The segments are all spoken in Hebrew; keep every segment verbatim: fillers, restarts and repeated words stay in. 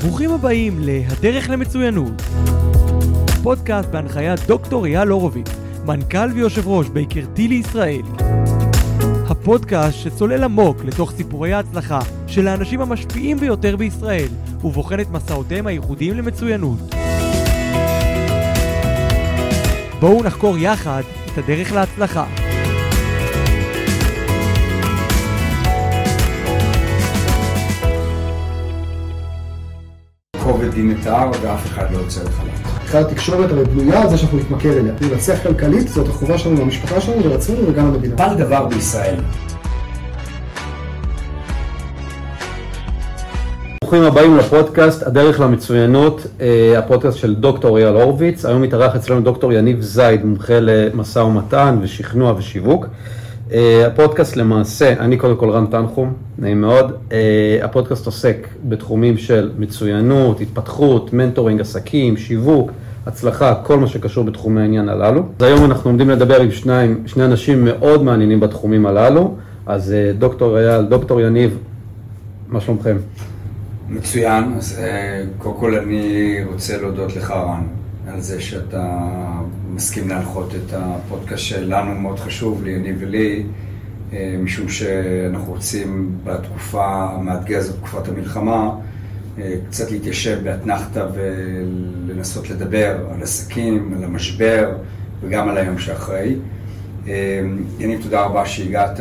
ברוכים הבאים להדרך למצוינות. פודקאסט בהנחיית דוקטור אייל הורוביץ, מנכ"ל ויושב ראש בייקרתי לישראל. הפודקאסט שצולל עמוק לתוך סיפורי ההצלחה של האנשים המשפיעים ביותר בישראל, ובוחן את מסעותיהם הייחודיים למצוינות. בואו נחקור יחד את הדרך להצלחה. כובד דין את ההר ואף אחד לא יוצא לחל"ת. בכלל התקשורת הרי בנויה על זה שאנחנו נתמכר אליה. לנצח כלכלית זאת החובה שלנו למשפחה שלנו ולעצמנו וגם למדינה. כל דבר בישראל. ברוכים הבאים לפודקאסט הדרך למצוינות, הפודקאסט של דוקטור אייל הורוביץ. היום מתארח אצלנו דוקטור יניב זייד, מומחה למשא ומתן ושכנוע ושיווק. הפודקאסט למעשה, אני קודם כל רן תנחום, נעים מאוד. הפודקאסט עוסק בתחומים של מצוינות, התפתחות, מנטורינג, עסקים, שיווק, הצלחה, כל מה שקשור בתחומי העניין הללו. אז היום אנחנו עומדים לדבר עם שניים, שני אנשים מאוד מעניינים בתחומים הללו. אז דוקטור אייל, דוקטור יניב, מה שלומכם? מצוין, אז קודם כל אני רוצה להודות לך רן, על זה שאתה מסכים להנחות את הפודקאסט שלנו, מאוד חשוב לי, יניב ולי, משום שאנחנו רוצים בתקופה המאתגרת, תקופת המלחמה, קצת להתיישב באתנחתא ולנסות לדבר על עסקים, על המשבר וגם על היום שאחרי. יניב, תודה רבה שהגעת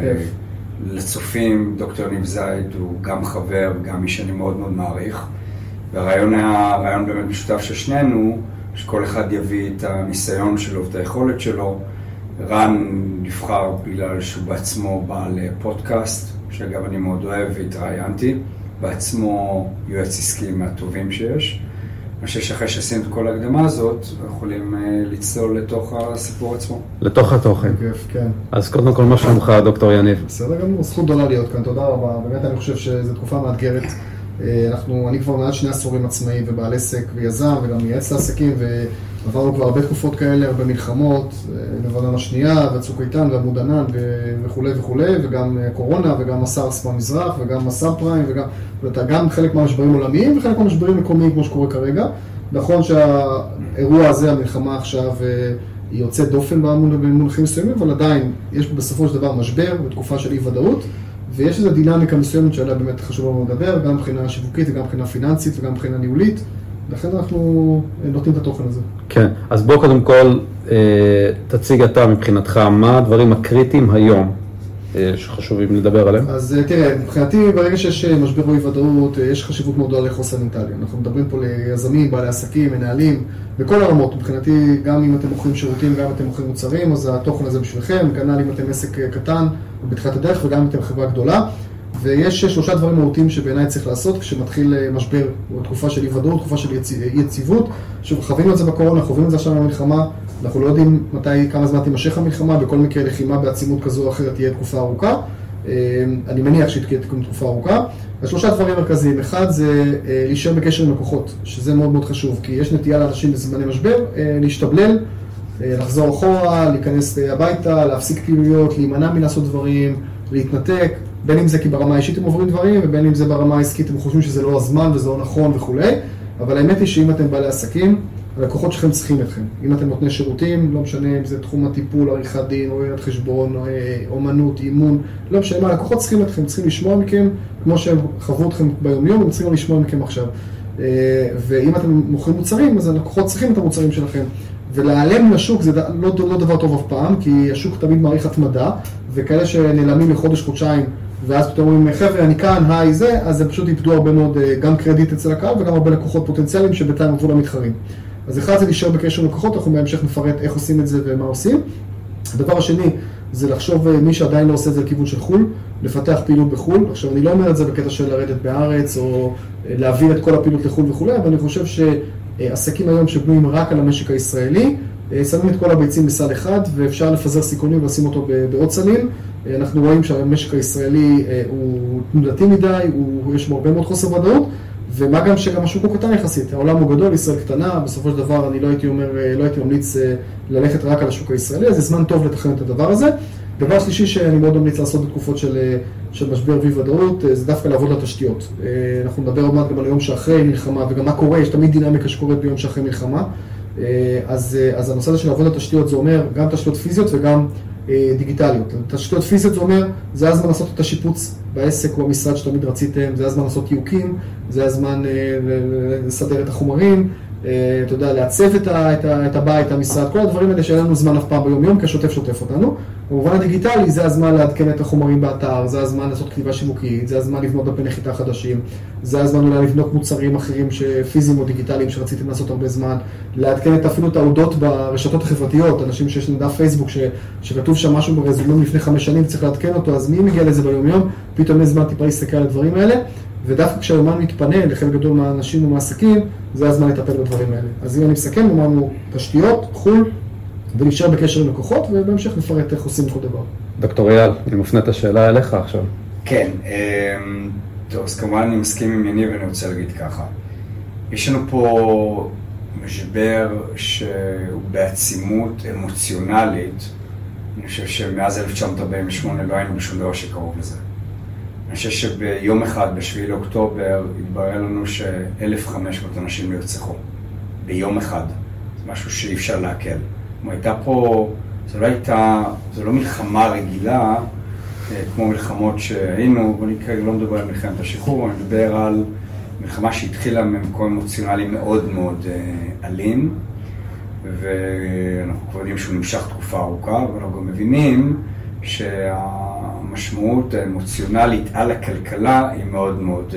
לצופים. דוקטור יניב זייד הוא גם חבר, גם מי שאני מאוד מאוד מעריך. והרעיון היה רעיון באמת משותף של שנינו, שכל אחד יביא את הניסיון שלו ואת היכולת שלו. רן נבחר בגלל שהוא בעצמו בעל פודקאסט, שאגב אני מאוד אוהב והתראיינתי, בעצמו יועץ עסקי מהטובים שיש. אני חושב שאחרי שעשינו את כל ההקדמה הזאת, יכולים לצלול לתוך הסיפור עצמו. לתוך התוכן. כיף, כן. אז קודם כל מה שלומך, דוקטור יניב? בסדר גמור, זכות גדולה להיות כאן, תודה רבה. באמת אני חושב שזו תקופה מאתגרת. אנחנו, אני כבר מעט שני עשורים עצמאי ובעל עסק ויזם וגם מייעץ לעסקים, ועברנו כבר הרבה תקופות כאלה, הרבה מלחמות, לבנון השנייה וצוק איתן ועמוד ענן וכו' וכו', וגם קורונה וגם הסארס במזרח וגם הסאב פריים וגם, גם חלק מהמשברים עולמיים וחלק מהמשברים מקומיים כמו שקורה כרגע. נכון שהאירוע הזה, המלחמה עכשיו, היא יוצאת דופן במונחים מסוימים, אבל עדיין יש בסופו של דבר משבר בתקופה של אי ודאות, ויש איזו דינמיקה מסוימת שעליה באמת חשוב לנו לדבר, גם מבחינה שיווקית וגם מבחינה פיננסית וגם מבחינה ניהולית, לכן אנחנו נותנים את התוכן הזה. כן, אז בוא קודם כל תציג אתה מבחינתך, מה הדברים הקריטיים היום שחשובים לדבר עליהם? אז תראה, מבחינתי ברגע שיש משבר או אי ודאות, יש חשיבות מאוד גדולה לחוסן מנטלי. אנחנו מדברים פה ליזמים, בעלי עסקים, מנהלים, בכל הרמות. מבחינתי, גם אם אתם מוכרים שירותים, גם אם אתם מוכרים מוצרים, אז התוכן הזה בשבילכם, כנ"ל אם אתם עסק קטן בתחילת הדרך וגם אם אתם חברה גדולה. ויש שלושה דברים מהותיים שבעיניי צריך לעשות כשמתחיל משבר או תקופה של אי ודאות, תקופה של אי יציבות. שוב, חווינו את זה בקורונה, חווינו את זה עכשיו במלחמה, אנחנו לא יודעים מתי, כמה זמן תימשך המלחמה, בכל מקרה לחימה בעצימות כזו או אחרת תהיה תקופה ארוכה. אני מניח שתהיה תקופה ארוכה. השלושה דברים מרכזיים, אחד זה להישאר בקשר עם לקוחות, שזה מאוד מאוד חשוב, כי יש נטייה לאנשים בזמני משבר, להשתבלל, לחזור אחורה, להיכנס הביתה, להפסיק פעילויות, להימנע מלעשות דברים, להתנתק, בין אם זה כי ברמה האישית הם עוברים דברים, ובין אם זה ברמה העסקית הם חושבים שזה לא הזמן וזה לא נכון וכו'. אבל האמת היא שאם אתם בעלי עסקים, הלקוחות שלכם צריכים אתכם. אם אתם נותני שירותים, לא משנה אם זה תחום הטיפול, עריכת דין, או עריכת חשבון, או אומנות, אימון, לא משנה מה, הלקוחות צריכים אתכם, צריכים לשמוע מכם, כמו שהם חוו אתכם ביום-יום, הם צריכים לשמוע מכם עכשיו. ואם אתם מוכרים מוצרים, אז הלקוחות צריכים את המוצרים שלכם. ולהיעלם לשוק זה לא, לא דבר טוב אף פעם, כי השוק תמיד מעריך התמדה, וכאלה שנעלמים לחודש, חודשיים, ואז פתאום אומרים, חבר'ה, אני כאן, היי, זה, אז זה פשוט יפדו הרבה מאוד, גם קרדיט אצל הקהל, וגם הרבה לקוחות פוטנציאליים שבינתיים עברו למתחרים. אז אחד זה להישאר בקשר עם לקוחות, אנחנו בהמשך נפרט איך עושים את זה ומה עושים. הדבר השני, זה לחשוב מי שעדיין לא עושה את זה לכיוון של חול, לפתח פעילות בחול. עכשיו, אני לא אומר את זה בקטע של לרדת בארץ, או להעביר את כל הפעילות לחול וכו', אבל אני חושב שעסקים היום שבנויים רק על המשק הישראלי, שמים את כל הביצים בסל אחד, ואפשר לפזר סיכונים ולשים אותו בעוד סלים. אנחנו רואים שהמשק הישראלי הוא תנודתי מדי, הוא, יש בו הרבה מאוד חוסר ודאות, ומה גם שגם השוק הוא קטן יחסית. העולם הוא גדול, ישראל קטנה, בסופו של דבר אני לא הייתי אומר, לא הייתי ממליץ ללכת רק על השוק הישראלי, אז זה זמן טוב לתכנן את הדבר הזה. דבר שלישי שאני מאוד ממליץ לעשות בתקופות של, של משבר ואי-ודאות, זה דווקא לעבוד על תשתיות. אנחנו נדבר עוד מעט גם על היום שאחרי מלחמה, וגם מה קורה, יש תמיד דינמיקה שקורית ביום שאחרי מלחמה. אז, אז הנושא הזה של לעבוד על תשתיות זה אומר גם תשתיות פיזיות וגם דיגיטליות. תשתיות פיזיות זה אומר, זה הזמן לעשות את השיפוץ בעסק או במשרד שתמיד רציתם, זה הזמן לעשות יוקים, זה הזמן לסדר את החומרים, אתה יודע, לעצב את, ה, את, ה, את הבית, את המשרד, כל הדברים האלה שאין לנו זמן אף פעם ביום יום, כי השוטף שוטף אותנו. במובן הדיגיטלי זה הזמן לעדכן את החומרים באתר, זה הזמן לעשות כתיבה שיווקית, זה הזמן לבנות דפי נחיתה חדשים, זה הזמן אולי לבנות מוצרים אחרים פיזיים או דיגיטליים שרציתם לעשות הרבה זמן, לעדכן את אפילו את ההודות ברשתות החברתיות, אנשים שיש לנו דף פייסבוק ש, שכתוב שם משהו ברזומים לפני חמש שנים וצריך לעדכן אותו, אז מי מגיע לזה ביום יום? פתאום יש זמן טיפה להסתכל על הדברים האלה, ודווקא כשהיומן מתפנה לחלק גדול מהאנשים ומעסקים, זה הזמן לטפל בדברים האלה. אז אם אני מסכם, אמרנו תשתיות, חול, ונשאר בקשר עם לקוחות, ובהמשך נפרט איך עושים כל דבר. דוקטור אייל, אני מפנה את השאלה אליך עכשיו. כן, טוב, אז כמובן אני מסכים עם יניב ואני רוצה להגיד ככה. יש לנו פה משבר שהוא בעצימות אמוציונלית. אני חושב שמאז אלף תשע מאות ארבעים ושמונה לא היינו בשום דבר שקרוב לזה. אני חושב שביום אחד, בשביעי לאוקטובר, התברר לנו ש-אלף וחמש מאות אנשים נרצחו. ביום אחד. זה משהו שאי אפשר להקל. כמו הייתה פה, זו לא הייתה, זו לא מלחמה רגילה, כמו מלחמות שהיינו, ואני כרגע לא מדבר על מלחמת השחרור, אני מדבר על מלחמה שהתחילה ממקום אמוציונלי מאוד מאוד אלים, ואנחנו כבר יודעים שהוא נמשך תקופה ארוכה, ואנחנו גם מבינים שהמשמעות האמוציונלית על הכלכלה היא מאוד מאוד,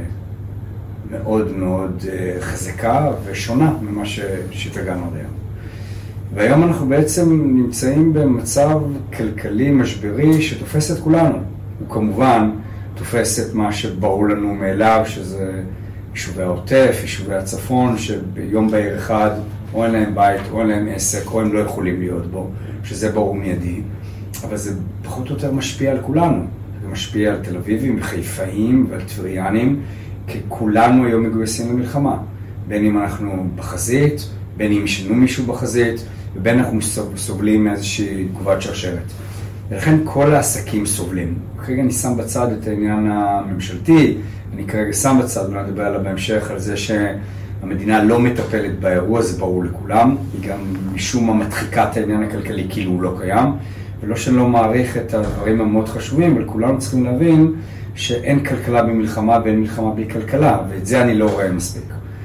מאוד מאוד חזקה ושונה ממה שהתרגלנו עד היום. והיום אנחנו בעצם נמצאים במצב כלכלי משברי שתופס את כולנו. הוא כמובן תופס את מה שברור לנו מאליו, שזה יישובי העוטף, יישובי הצפון, שביום בהיר אחד או אין להם בית, או אין להם עסק, או הם לא יכולים להיות בו, שזה ברור מיידי. אבל זה פחות או יותר משפיע על כולנו. זה משפיע על תל אביבים, חיפאים ועל טבריאנים, כי כולנו היום מגויסים למלחמה. בין אם אנחנו בחזית, בין אם ישנו מישהו בחזית, ובין אנחנו סובלים מאיזושהי תגובת שרשרת. ולכן כל העסקים סובלים. כרגע אני שם בצד את העניין הממשלתי, אני כרגע שם בצד, ואני אדבר עליו בהמשך, על זה שהמדינה לא מטפלת באירוע, זה ברור לכולם, היא גם משום מה מדחיקה את העניין הכלכלי כאילו הוא לא קיים, ולא שאני לא מעריך את הדברים המאוד חשובים, אבל כולנו צריכים להבין שאין כלכלה במלחמה ואין מלחמה בלי כלכלה, ואת זה אני לא רואה מספיק.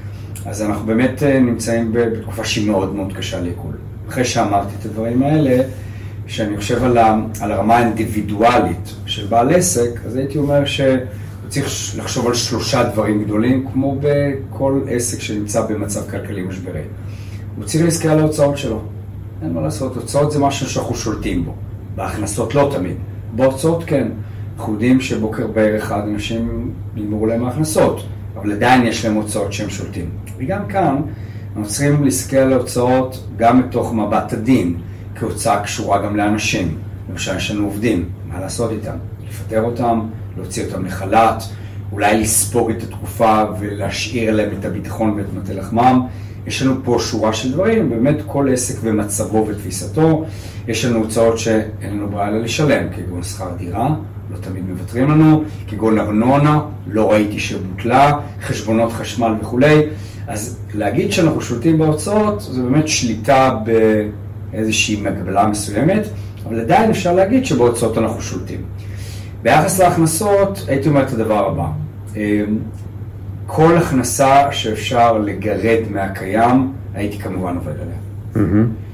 אז אנחנו באמת נמצאים בתקופה שהיא מאוד מאוד קשה לעיכול. אחרי שאמרתי את הדברים האלה, שאני חושב על, ה, על הרמה האינדיבידואלית של בעל עסק, אז הייתי אומר שהוא צריך לחשוב על שלושה דברים גדולים, כמו בכל עסק שנמצא במצב כלכלי משברי. הוא צריך להסתכל על ההוצאות שלו. אין מה לעשות, הוצאות זה משהו שאנחנו שולטים בו. בהכנסות לא תמיד. בהוצאות כן. אנחנו יודעים שבוקר בערך אחד אנשים נגמרו להם ההכנסות, אבל עדיין יש להם הוצאות שהם שולטים. וגם כאן, אנחנו צריכים להסתכל על ההוצאות גם מתוך מבט הדין, כהוצאה קשורה גם לאנשים. למשל, יש לנו עובדים, מה לעשות איתם? לפטר אותם, להוציא אותם לחל"ת, אולי לספוג את התקופה ולהשאיר להם את הביטחון ואת מטה לחמם. יש לנו פה שורה של דברים, באמת כל עסק ומצבו ותפיסתו. יש לנו הוצאות שאין לנו ברירה לשלם, כגון שכר דירה, לא תמיד מוותרים לנו, כגון ארנונה, לא ראיתי שבוטלה, חשבונות חשמל וכולי. אז להגיד שאנחנו שולטים בהוצאות, זה באמת שליטה באיזושהי מגבלה מסוימת, אבל עדיין אפשר להגיד שבהוצאות אנחנו שולטים. ביחס להכנסות, הייתי אומר את הדבר הבא. כל הכנסה שאפשר לגרד מהקיים, הייתי כמובן עובד עליה.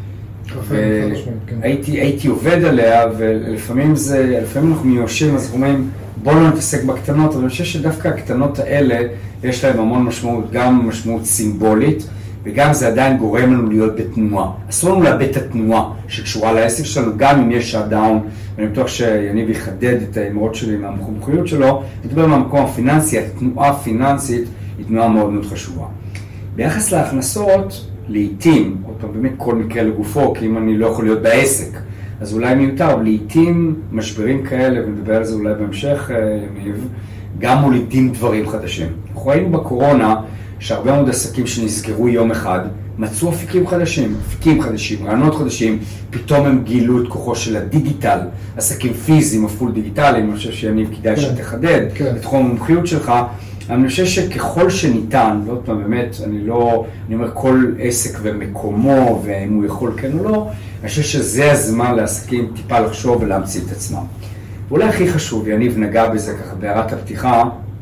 והייתי, הייתי עובד עליה, ולפעמים זה, לפעמים אנחנו מיואשים, אז אומרים, בואו לא נתעסק בקטנות, אבל אני חושב שדווקא הקטנות האלה, יש להם המון משמעות, גם משמעות סימבולית, וגם זה עדיין גורם לנו להיות בתנועה. אסור לנו לאבד את התנועה שקשורה לעסק שלנו, גם אם יש שעדאון, ואני בטוח שיניב יחדד את האמרות שלי מהמומחיות שלו, נדבר מהמקום הפיננסי, התנועה הפיננסית היא תנועה מאוד מאוד חשובה. ביחס להכנסות, לעתים, עוד פעם באמת כל מקרה לגופו, כי אם אני לא יכול להיות בעסק, אז אולי מיותר, אבל לעתים משברים כאלה, ונדבר על זה אולי בהמשך, יניב, גם מולידים דברים חדשים. אנחנו ראינו בקורונה שהרבה מאוד עסקים שנסגרו יום אחד, מצאו אפיקים חדשים, אפיקים חדשים, רעיונות חדשים, פתאום הם גילו את כוחו של הדיגיטל, עסקים פיזיים או פול דיגיטליים, אני חושב שיניב כדאי כן. שתחדד כן. את תחום המומחיות שלך, אני חושב שככל שניתן, לא פעם באמת, אני לא, אני אומר כל עסק ומקומו, ואם הוא יכול כן או לא, אני חושב שזה הזמן לעסקים טיפה לחשוב ולהמציא את עצמם. ואולי הכי חשוב, יניב נגע בזה ככה בהערת הפתיחה,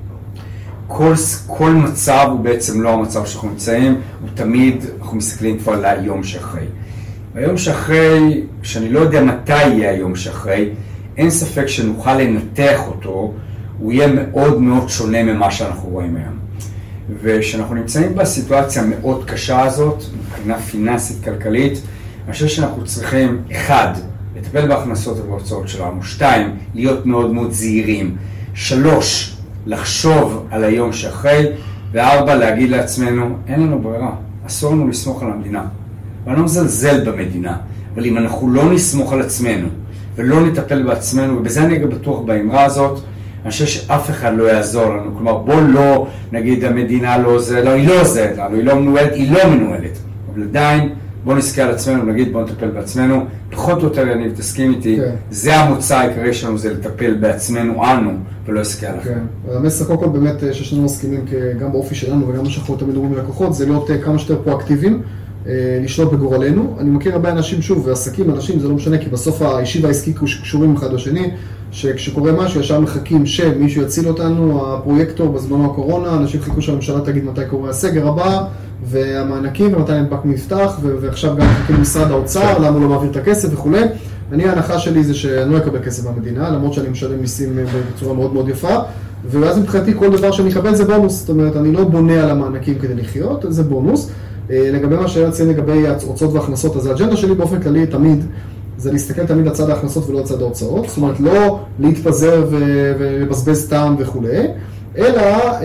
כל, כל מצב הוא בעצם לא המצב שאנחנו נמצאים, הוא תמיד, אנחנו מסתכלים כבר על היום שאחרי. היום שאחרי, שאני לא יודע מתי יהיה היום שאחרי, אין ספק שנוכל לנתח אותו, הוא יהיה מאוד מאוד שונה ממה שאנחנו רואים היום. ושאנחנו נמצאים בסיטואציה המאוד קשה הזאת, מבחינה פיננסית, כלכלית, אני חושב שאנחנו צריכים, אחד, לטפל בהכנסות ובהוצאות שלנו, שתיים, להיות מאוד מאוד זהירים, שלוש, לחשוב על היום שאחרי, וארבע, להגיד לעצמנו, אין לנו ברירה, אסור לנו לסמוך על המדינה. ואני לא מזלזל במדינה, אבל אם אנחנו לא נסמוך על עצמנו, ולא נטפל בעצמנו, ובזה אני גם בטוח באמרה הזאת, אני חושב שאף אחד לא יעזור לנו, כלומר בוא לא נגיד המדינה לא זה, לא, היא לא עוזרת לנו, היא לא מנוהלת, היא לא מנוהלת, אבל עדיין בוא נסתכל על עצמנו, נגיד בוא נטפל בעצמנו, פחות או יותר יניב, תסכים איתי, כן. זה המוצא העיקרי שלנו, זה לטפל בעצמנו, אנו, ולא נסתכל עליכם. כן. המסר קודם כל באמת ששנו מסכימים גם באופי שלנו וגם מה שאנחנו תמיד אומרים ללקוחות, זה להיות כמה שיותר פרואקטיביים, לשלוט בגורלנו. אני מכיר הרבה אנשים, שוב, ועסקים, אנשים, זה לא משנה, כי בסוף האישי והעסקי קשורים אחד לשני, שכשקורה משהו, ישר מחכים שמישהו יציל אותנו, הפרויקטור בזמנו הקורונה, אנשים חיכו שהממשלה תגיד מתי קורה הסגר הבא, והמענקים, ומתי נדבק מפתח, ועכשיו גם מחכים משרד האוצר, למה הוא לא מעביר את הכסף וכו'. אני, ההנחה שלי זה שאני לא אקבל כסף מהמדינה, למרות שאני משלם מיסים בצורה מאוד מאוד יפה, ואז מבחינתי כל דבר שאני אקבל זה בונוס, זאת אומרת, אני לא בונה על המענקים כדי לחיות, זה בונוס. לגבי מה שהיה ציין לגבי ההוצאות וההכנסות, אז האג'נדה שלי באופן כללי תמיד, זה להסתכל תמיד לצד ההכנסות ולא לצד ההוצאות, זאת אומרת לא להתפזר ולבזבז טעם וכו', אלא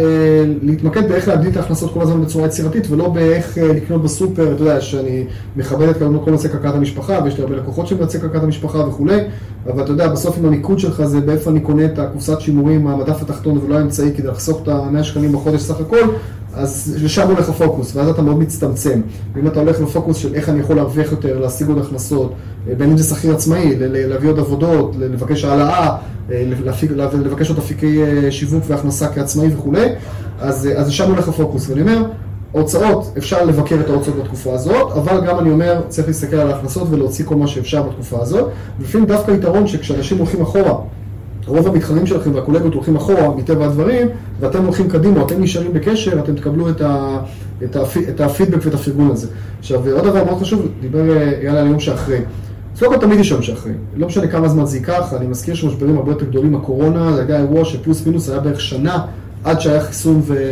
להתמקד באיך להגדיל את ההכנסות כל הזמן בצורה יצירתית, ולא באיך לקנות בסופר, אתה יודע שאני מכבד את כל נושא קרקעת המשפחה, ויש לי הרבה לקוחות שמייצא קרקעת המשפחה וכו', אבל אתה יודע, בסוף אם המיקוד שלך זה באיפה אני קונה את הקופסת שימורים, המדף התחתון ולא האמצעי כדי לחסוך את ה-מאה שקלים בחודש סך הכל, אז לשם הולך הפוקוס, ואז אתה מאוד מצטמצם. ואם אתה הולך לפוקוס של איך אני יכול להרוויח יותר, להשיג עוד הכנסות, בין אם זה שכיר עצמאי, להביא עוד עבודות, לבקש העלאה, לבקש עוד אפיקי שיווק והכנסה כעצמאי וכו', אז, אז לשם הולך הפוקוס. ואני אומר, הוצאות, אפשר לבקר את ההוצאות בתקופה הזאת, אבל גם אני אומר, צריך להסתכל על ההכנסות ולהוציא כל מה שאפשר בתקופה הזאת. ולפעמים דווקא יתרון שכשאנשים הולכים אחורה, רוב המתחרים שלכם והקולגות הולכים אחורה מטבע הדברים, ואתם הולכים קדימה, אתם נשארים בקשר, אתם תקבלו את, ה, את, ה, את הפידבק ואת הפרגון הזה. עכשיו, עוד דבר מאוד חשוב, דיבר יאללה על יום שאחרי. אז לא תמיד יש יום שאחרי, לא משנה כמה זמן זה ייקח, אני מזכיר שמשברים הרבה יותר גדולים, הקורונה, זה היה אירוע שפלוס מינוס היה בערך שנה, עד שהיה חיסון ו...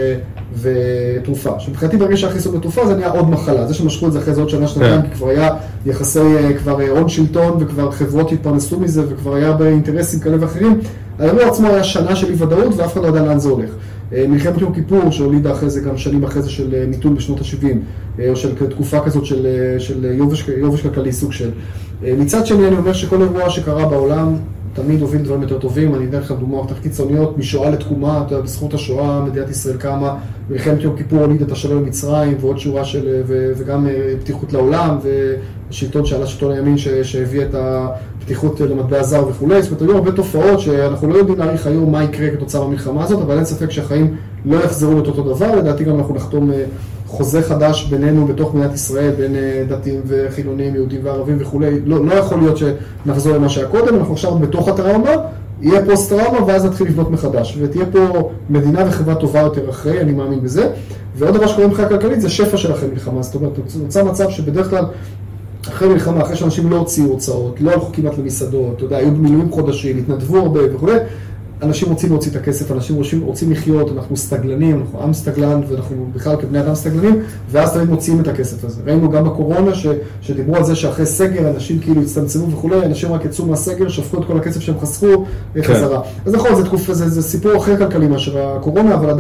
ותרופה. שמבחינתי ברגע שהיה חיסון ותרופה זה נהיה עוד מחלה. זה שמשכו את זה אחרי זה עוד שנה שנתיים, כי כבר היה יחסי, כבר הון שלטון וכבר חברות התפרנסו מזה וכבר היה באינטרסים כאלה ואחרים. האירוע עצמו היה שנה של אי ודאות ואף אחד לא ידע לאן זה הולך. מלחמת יום כיפור שהולידה אחרי זה גם שנים אחרי זה של ניתון בשנות ה-שבעים, או של תקופה כזאת של, של יובש, יובש כלכלי סוג של. מצד שני אני אומר שכל אירוע שקרה בעולם תמיד הוביל דברים יותר טובים. אני אתן לך דוגמא תחת קיצוניות, משואה לתקומה, בזכות השואה מדינת ישראל קמה, מלחמת יום כיפור הוליד את השלום למצרים ועוד שורה של, ו, וגם פתיחות לעולם, והשלטון שעלה שלטון הימין ש, שהביא את הפתיחות למטבע זר וכו'. זאת אומרת, היו הרבה תופעות שאנחנו לא יודעים להעריך היום מה יקרה כתוצאה במלחמה הזאת, אבל אין ספק שהחיים לא יחזרו את אותו דבר. לדעתי גם אנחנו נחתום חוזה חדש בינינו בתוך מדינת ישראל, בין דתיים וחילונים, יהודים וערבים וכו'. לא, לא יכול להיות שנחזור למה שהיה קודם, אנחנו עכשיו בתוך הטראומה, יהיה פוסט טראומה ואז נתחיל לבנות מחדש. ותהיה פה מדינה וחברה טובה יותר אחרי, אני מאמין בזה. ועוד דבר שקורה מבחינה כלכלית זה שפע של אחרי מלחמה. זאת אומרת, נוצר מצב שבדרך כלל אחרי מלחמה, אחרי שאנשים לא הוציאו הוצאות, לא הלכו כמעט למסעדות, אתה יודע, היו במילואים חודשים, התנדבו הרבה וכו'. אנשים רוצים להוציא את הכסף, אנשים רוצים, רוצים לחיות, אנחנו סטגלנים, אנחנו עם סטגלן, ואנחנו בכלל כבני אדם סטגלנים, ואז תמיד מוציאים את הכסף הזה. ראינו גם בקורונה ש, שדיברו על זה שאחרי סגר, אנשים כאילו הצטמצמו וכו', אנשים רק יצאו מהסגר, שפכו את כל הכסף שהם חסכו, כן. חזרה. אז נכון, זה, תקוף, זה, זה סיפור אחר כלכלי מאשר הקורונה, אבל עדיין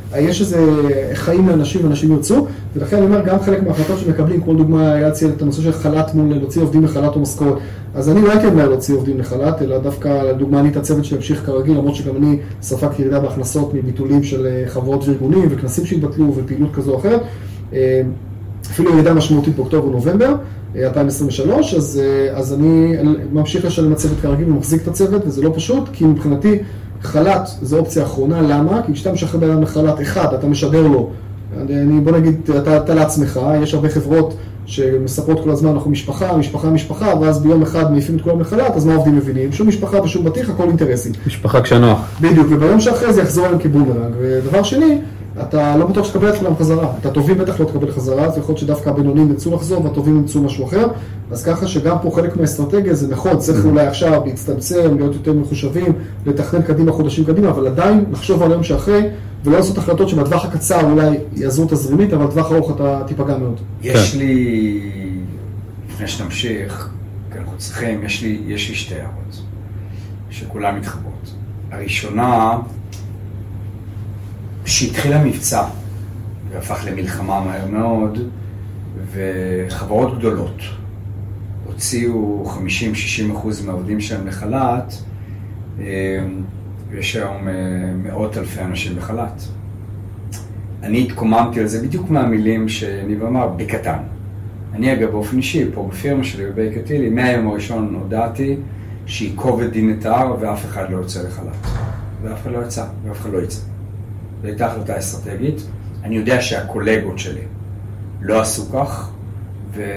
יש איזה חיים לאנשים ואנשים ירצו, ולכן אני אומר, גם חלק מההחלטות שמקבלים, כמו דוגמה, היה ציין את הנושא של חל"ת מול להוציא עובדים לחל"ת או משכורת. אז אני לא הייתי אומר להוציא עובדים לחל"ת, אלא דווקא, לדוגמה, אני את הצוות שימשיך כרגיל, למרות שגם אני ספגתי ירידה בהכנסות מביטולים של חברות וארגונים, וכנסים שהתבטלו ופעילות כזו או אחרת. אפילו ירידה משמעותית באוקטובר ונובמבר אלפיים עשרים ושלוש, אז, אז אני ממשיך לשלם הצוות כרגיל ומחזיק את הצוות, וזה לא פשוט, כי מבחינתי חל"ת זו אופציה אחרונה. למה? כי כשאתה משחרר בן אדם לחל"ת, אחד, אתה משדר לו, אני, בוא נגיד, אתה, אתה לעצמך, יש הרבה חברות שמספרות כל הזמן, אנחנו משפחה, משפחה, משפחה, ואז ביום אחד מעיפים את כולם לחל"ת, אז מה עובדים מבינים? שום משפחה ושום בטיח, הכל אינטרסים. משפחה כשנוח. בדיוק, וביום שאחרי זה יחזור להם כבומרנג. ודבר שני, אתה לא בטוח שתקבל את כולם חזרה. אתה טובים בטח לא תקבל חזרה, אז יכול להיות שדווקא הבינונים ימצאו לחזור, והטובים ימצאו משהו אחר. אז ככה שגם פה חלק מהאסטרטגיה זה נכון, צריך אולי עכשיו להצטמצם, להיות יותר מחושבים, לתכנן קדימה חודשים קדימה, אבל עדיין לחשוב על היום שאחרי, ולא לעשות החלטות שבטווח הקצר אולי יעזרו תזרימית, אבל בטווח ארוך אתה תיפגע מאוד. יש לי, לפני שנמשיך, כי אנחנו צריכים, יש לי, יש לי שתי הערות, שכולן מתחברות. הראשונה, שהתחיל המבצע, והפך למלחמה מהר מאוד, וחברות גדולות הוציאו חמישים עד שישים אחוז מהעובדים שלהם לחל"ת, ויש היום מאות אלפי אנשים בחל"ת. אני התקוממתי על זה בדיוק מהמילים שניב אמר, בקטן. אני אגב באופן אישי, פה בפירמה שלי בבייקר טילי, מהיום הראשון הודעתי שיקוב את דין את ההר ואף אחד לא יוצא לחל"ת. ואף אחד לא יצא, ואף אחד לא יצא. זו הייתה החלטה אסטרטגית. אני יודע שהקולגות שלי לא עשו כך, ואני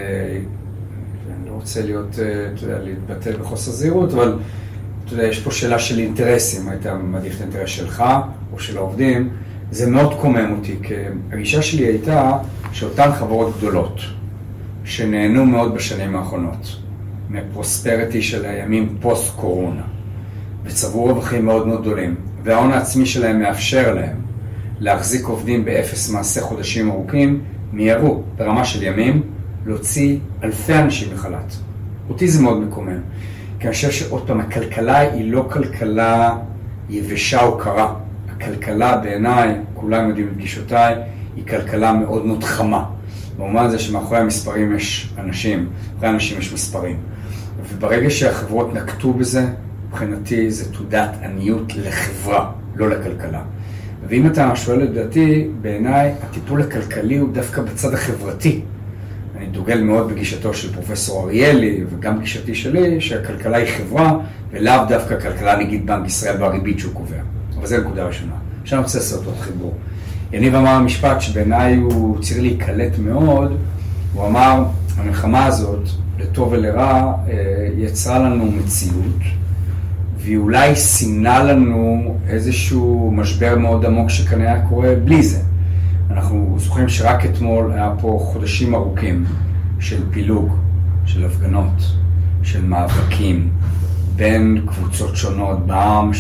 לא רוצה להיות, אתה יודע, להתבטל בחוסר זהירות, אבל אתה יודע, יש פה שאלה של אינטרסים, היית מעדיף את האינטרס שלך או של העובדים. זה מאוד קומם אותי, כי הגישה שלי הייתה שאותן חברות גדולות, שנהנו מאוד בשנים האחרונות, מפרוספריטי של הימים פוסט קורונה, וצברו רווחים מאוד מאוד גדולים, וההון העצמי שלהם מאפשר להם להחזיק עובדים באפס מעשה חודשים ארוכים, מיירו ברמה של ימים להוציא אלפי אנשים לחל"ת. אותי זה מאוד מקומם, כי אני חושב שעוד פעם, הכלכלה היא לא כלכלה יבשה או קרה. הכלכלה בעיניי, כולם יודעים בפגישותיי, היא כלכלה מאוד מאוד חמה. במובן הזה שמאחורי המספרים יש אנשים, מאחורי אנשים יש מספרים. וברגע שהחברות נקטו בזה, מבחינתי זה תעודת עניות לחברה, לא לכלכלה. ואם אתה שואל את דעתי, בעיניי הטיפול הכלכלי הוא דווקא בצד החברתי. אני דוגל מאוד בגישתו של פרופסור אריאלי, וגם גישתי שלי, שהכלכלה היא חברה, ולאו דווקא כלכלה נגיד בנק ישראל והריבית שהוא קובע. אבל זו נקודה ראשונה. עכשיו אני רוצה לעשות עוד חיבור. יניב אמר משפט שבעיניי הוא צריך להיקלט מאוד, הוא אמר, המלחמה הזאת, לטוב ולרע, יצרה לנו מציאות, והיא אולי סימנה לנו איזשהו משבר מאוד עמוק שכנראה היה קורה בלי זה. אנחנו זוכרים שרק אתמול היה פה חודשים ארוכים של פילוג, של הפגנות, של מאבקים, בין קבוצות שונות בעם,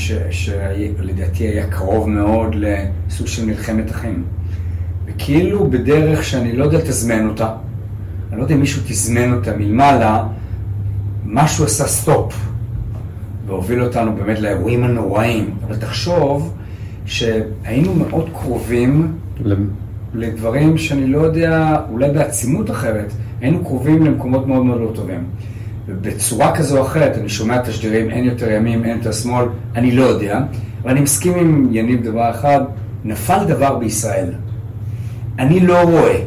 שלדעתי היה קרוב מאוד לסוג של מלחמת אחים. וכאילו בדרך שאני לא יודע תזמן אותה, אני לא יודע אם מישהו תזמן אותה מלמעלה, משהו עשה סטופ, והוביל אותנו באמת לאירועים הנוראים. אבל תחשוב שהיינו מאוד קרובים לדברים שאני לא יודע, אולי בעצימות אחרת, היינו קרובים למקומות מאוד מאוד לא טובים. ובצורה כזו או אחרת, אני שומע תשדירים, אין יותר ימים, אין יותר שמאל, אני לא יודע, אבל אני מסכים עם יניב דבר אחד, נפל דבר בישראל. אני לא רואה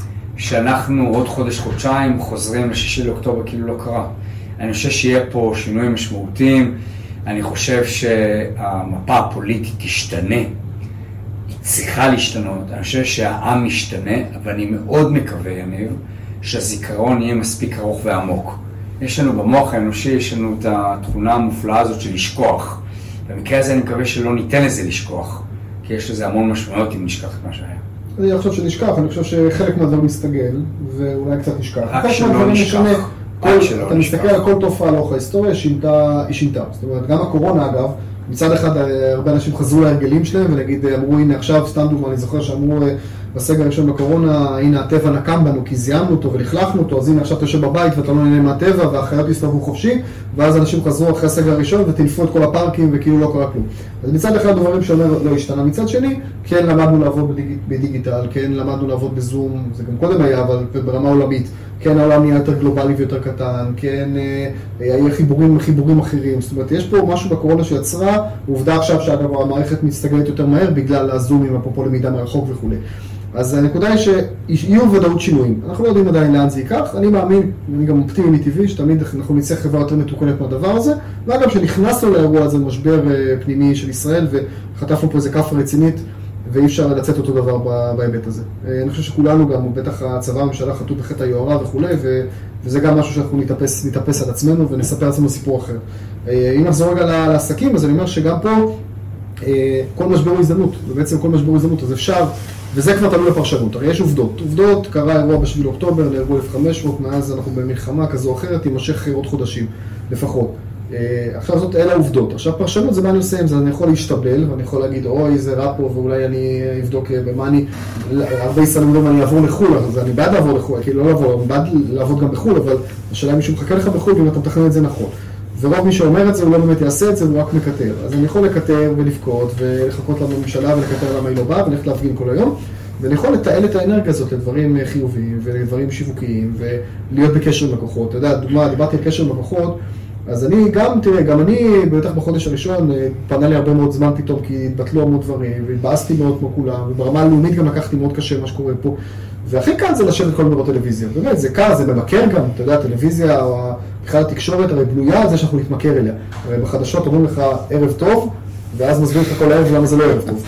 שאנחנו עוד חודש, חודשיים, חוזרים לשישי לאוקטובר כאילו לא קרה. אני חושב שיהיה פה שינויים משמעותיים, אני חושב שהמפה הפוליטית תשתנה, היא צריכה להשתנות, אני חושב שהעם משתנה, אבל אני מאוד מקווה, יניב, שהזיכרון יהיה מספיק ארוך ועמוק. יש לנו במוח האנושי, יש לנו את התכונה המופלאה הזאת של לשכוח. במקרה הזה אני מקווה שלא ניתן לזה לשכוח, כי יש לזה המון משמעויות אם נשכח את מה שהיה. אני חושב שנשכח, אני חושב שחלק מהדבר מסתגל, ואולי קצת נשכח. רק שלא נשכח. אתה מסתכל על כל תופעה לאורך ההיסטוריה, היא שינתה. זאת אומרת, גם הקורונה אגב, מצד אחד הרבה אנשים חזרו להרגלים שלהם, ונגיד אמרו, הנה עכשיו, סתם דוגמה, אני זוכר שאמרו בסגר הראשון בקורונה, הנה הטבע נקם בנו, כי זיהמנו אותו ולכלכנו אותו, אז הנה עכשיו אתה יושב בבית ואתה לא נהנה מהטבע, והחיות הסתובבו חופשי, ואז אנשים חזרו אחרי הסגר הראשון וטילפו את כל הפארקים וכאילו לא קרה כלום. אז מצד אחד דברים שאומר לא השתנה, מצד שני, כן למדנו לעבוד בדיג, בדיגיטל, כן למדנו לעבוד בזום, זה גם קודם היה, אבל ברמה עולמית, כן העולם נהיה יותר גלובלי ויותר קטן, כן היה חיבורים, חיבורים אחרים, זאת אומרת, יש פה משהו בקורונה שיצרה, עובדה עכשיו שאגב המערכת מסתגלת יותר מהר בגלל הזומים, אפרופו למידה מרחוק וכו'. אז הנקודה היא שיהיו ודאות שינויים. אנחנו לא יודעים עדיין לאן זה ייקח, אני מאמין, אני גם אופטימי מטבעי, שתמיד אנחנו נצטרך חברה יותר מתוקנת מהדבר הזה, ואגב שנכנסנו לאירוע הזה משבר פנימי של ישראל, וחטפנו פה איזה כף רצינית, ואי אפשר לצאת אותו דבר בהיבט הזה. אני חושב שכולנו גם, בטח הצבא הממשלה חטאו בחטא היוהרה וכו', וזה גם משהו שאנחנו נתאפס, נתאפס על עצמנו ונספר עצמנו סיפור אחר. אם נחזור רגע לעסקים, אז אני אומר שגם פה, כל משבר הוא הזדמנות, ובעצם כל משבר הוא הזדמנות, אז אפשר, וזה כבר תלוי לפרשנות, הרי יש עובדות. עובדות, קרה אירוע בשביל אוקטובר, נהרגו אלף וחמש מאות, מאז אנחנו במלחמה כזו או אחרת, תימשך עוד חודשים, לפחות. עכשיו זאת אלה העובדות. עכשיו פרשנות זה מה אני עושה עם זה, אני יכול להשתבל, ואני יכול להגיד, אוי, זה רע פה, ואולי אני אבדוק במה אני, הרבה ישראלים אומרים, אני אעבור לחו"ל, אז אני בעד לעבור לחו"ל, כאילו לא לעבור, אני בעד לעבוד גם בחו"ל, אבל השאלה מישהו מחכה לך בחו"ל, ואם אתה מתכנן את זה נכון. ורוב מי שאומר את זה, הוא לא באמת יעשה את זה, הוא רק מקטר. אז אני יכול לקטר ולבכות, ולחכות לממשלה, ולקטר למה היא לא באה, וללכת להפגין כל היום, ואני יכול לתעל את האנרגיה הזאת לדברים חיוביים, ולדברים שיווקיים, ולהיות בקשר עם לקוחות. אתה יודע, דוגמה, דיברתי על קשר עם לקוחות, אז אני גם, תראה, גם אני, בטח בחודש הראשון, פנה לי הרבה מאוד זמן פתאום, כי התבטלו המון דברים, והתבאסתי מאוד כמו כולם, וברמה הלאומית גם לקחתי מאוד קשה מה שקורה פה. והכי קל זה לשבת כל מיני טלוויזיה. באמת, זה קל, זה ממכר גם, אתה יודע, טלוויזיה, או בכלל התקשורת, הרי בנויה על זה שאנחנו נתמכר אליה. הרי בחדשות אומרים לך ערב טוב, ואז מסביר לך כל הערב למה זה לא ערב טוב.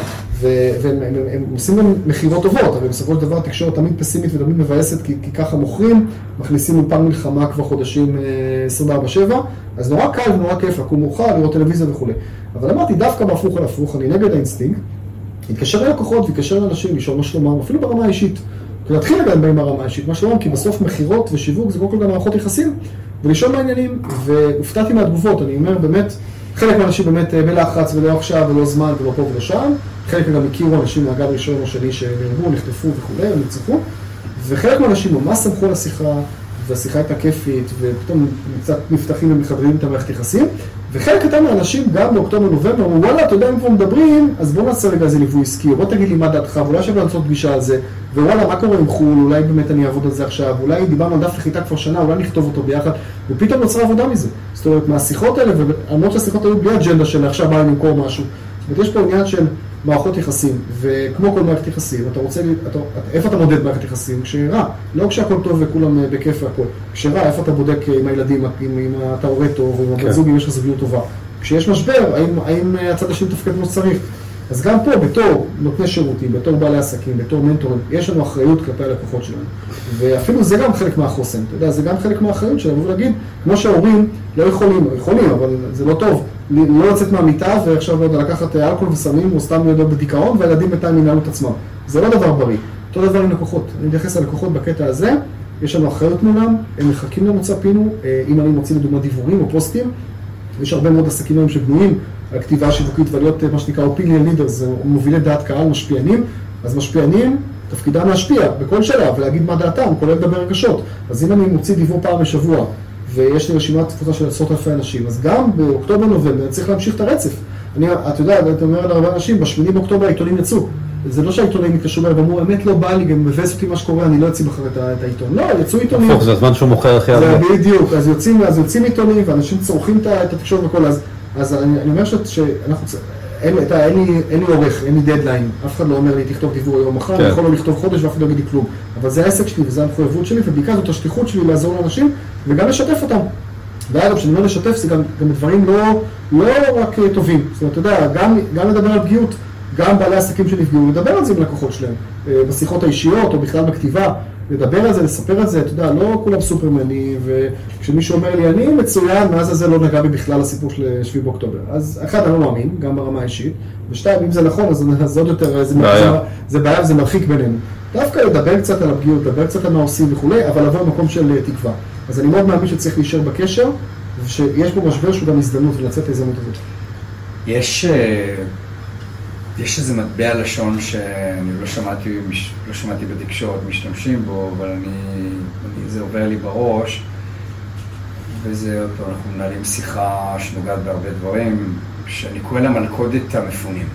והם עושים גם מחירות טובות, הרי בסופו של דבר התקשורת תמיד פסימית ותמיד מבאסת, כי, כי ככה מוכרים, מכניסים אולפן מלחמה כבר חודשים עשרים וארבע שבע, אז נורא קל ונורא כיף לקום מאוחר, לראות טלוויזיה וכו'. אבל אמרתי, דווקא בהפוך על הפוך, אני נגד האינסטינקט, להתקשר ללקוחות והתקשר לאנשים, לשאול מה שלומם, אפילו ברמה האישית. להתחיל לגן בהם ברמה האישית, מה שלומם, כי בסוף מחירות ושיווק זה כל כך גם מערכות יחסים, ולשאול מה העניינים, והופתעתי מהתגובות, אני אומר באמת, חלק מהאנשים באמת בלחץ ולא עכשיו ולא זמן ולא פה ולא שם, חלק גם הכירו אנשים מהגל ראשון או שני שנהרגו, נחטפו וכו', ונרצחו, וחלק מהאנשים ממש שמחו על השיחה, והשיחה הייתה כיפית, ופתאום קצת נפתחים ומחברים את המערכת יחסים, וחלק קטן מהאנשים גם באוקטובר נובמבר, אמרו, וואלה, אתה יודע אם כבר מדברים, אז בוא נעשה רגע איזה ליווי עסקי, או בוא תגיד לי מה דעתך, ואולי שווה לעשות פגישה על זה, ווואלה, מה קורה עם חול, אולי באמת אני אעבוד על זה עכשיו, אולי דיברנו על דף לחיטה כבר שנה, אולי נכתוב אותו ביחד, ופתאום נוצרה עבודה מזה. זאת אומרת, מהשיחות האלה, והמרות שהשיחות היו בלי אג'נדה של עכשיו בא למכור משהו. זאת אומרת, יש פה עניין של מערכות יחסים, וכמו כל מערכת יחסים, אתה רוצה, אתה, איפה אתה מודד מערכת יחסים? כשרע, לא כשהכל טוב וכולם בכיף והכל. כשרע, איפה אתה בודק עם הילדים, עם, עם אתה הורה טוב, עם הבת זוג, אם יש לך זוגיות טובה. כשיש משבר, האם, האם הצד השני תפקד כמו שצריך? אז גם פה, בתור נותני שירותים, בתור בעלי עסקים, בתור מנטורים, יש לנו אחריות כלפי הלקוחות שלנו. ואפילו זה גם חלק מהחוסן, אתה יודע, זה גם חלק מהאחריות שלנו, ולהגיד, כמו שההורים לא יכולים, יכולים, אבל זה לא טוב, לא לצאת מהמיטה ועכשיו לא יודע, לקחת אלכוהול וסמים, או סתם להיות בדיכאון, והילדים בינתיים ינהלו את עצמם. זה לא דבר בריא. אותו דבר עם לקוחות. אני מתייחס ללקוחות בקטע הזה, יש לנו אחריות מולם, הם מחכים למוצא פינו, אם אני מוציא לדוגמה דיבורים או פוסטים, יש הרבה מאוד עסקים היום שבנויים, הכתיבה השיווקית ולהיות מה שנקרא opinion leaders, זה מובילי דעת קהל, משפיענים, אז משפיענים, תפקידם להשפיע בכל שלב ולהגיד מה דעתם, כולל לדבר רגשות. אז אם אני מוציא דיבור פעם בשבוע, ויש לי רשימת תפוצה של עשרות אלפי אנשים, אז גם באוקטובר נובמבר צריך להמשיך את הרצף. אני, את יודעת, אתה אומר להרבה אנשים, בשמיני באוקטובר העיתונים יצאו. זה לא שהעיתונים יתקשרו אליי ואמרו, האמת לא בא לי, גם מבאס אותי מה שקורה, אני לא יוצא בחר את העיתון. לא, יצאו עיתונים. הפוך, זה הזמן שהוא מוכר הכי הרבה. זה בדיוק, אז יוצאים, אז יוצאים עיתונים, ואנשים צורכים את התקשורת וכל, אז, אז אני, אני אומר שאנחנו, אין, אין, לי, אין לי עורך, אין לי דדליין, אף אחד לא אומר לי, תכתוב דיבור היום מחר, אני יכול לא לכתוב חודש ואף אחד לא יגיד לי כלום. אבל זה העסק שלי וזה המחויבות שלי, ובעיקר זאת השליחות שלי לעזור לאנשים, וגם לשתף אותם. ואגב, כשאני אומר לשתף, זה גם, גם דברים לא, לא רק טובים. זאת אומרת, אתה יודע, גם, גם לדבר על פגיעות, גם בעלי עסקים שנפגעו, לדבר על זה עם לקוחות שלהם, בשיחות האישיות או בכלל בכתיבה, לדבר על זה, לספר על זה, אתה יודע, לא כולם סופרמני, וכשמישהו אומר לי, אני מצוין, מאז הזה לא נגע בי בכלל הסיפור של שביעי באוקטובר. אז אחד, אני לא מאמין, גם ברמה האישית, ושתיים, אם זה נכון, אז זה עוד יותר, זה בעיה, זה בעיה וזה מרחיק בינינו. דווקא לדבר קצת על הפגיעות, לדבר קצת על מה עושים וכולי, אבל לבוא במקום של תקווה. אז אני מאוד מאמין שצריך להישאר בקשר, ושיש פה משבר שהוא גם הזדמנות, ולצאת להזדמנות הזאת. יש... יש איזה מטבע לשון שאני לא שמעתי, לא שמעתי בתקשורת משתמשים בו, אבל אני, אני, זה עובר לי בראש. וזה עוד פעם, אנחנו מנהלים שיחה שנוגעת בהרבה דברים, שאני קורא לה מלכודת המפונים.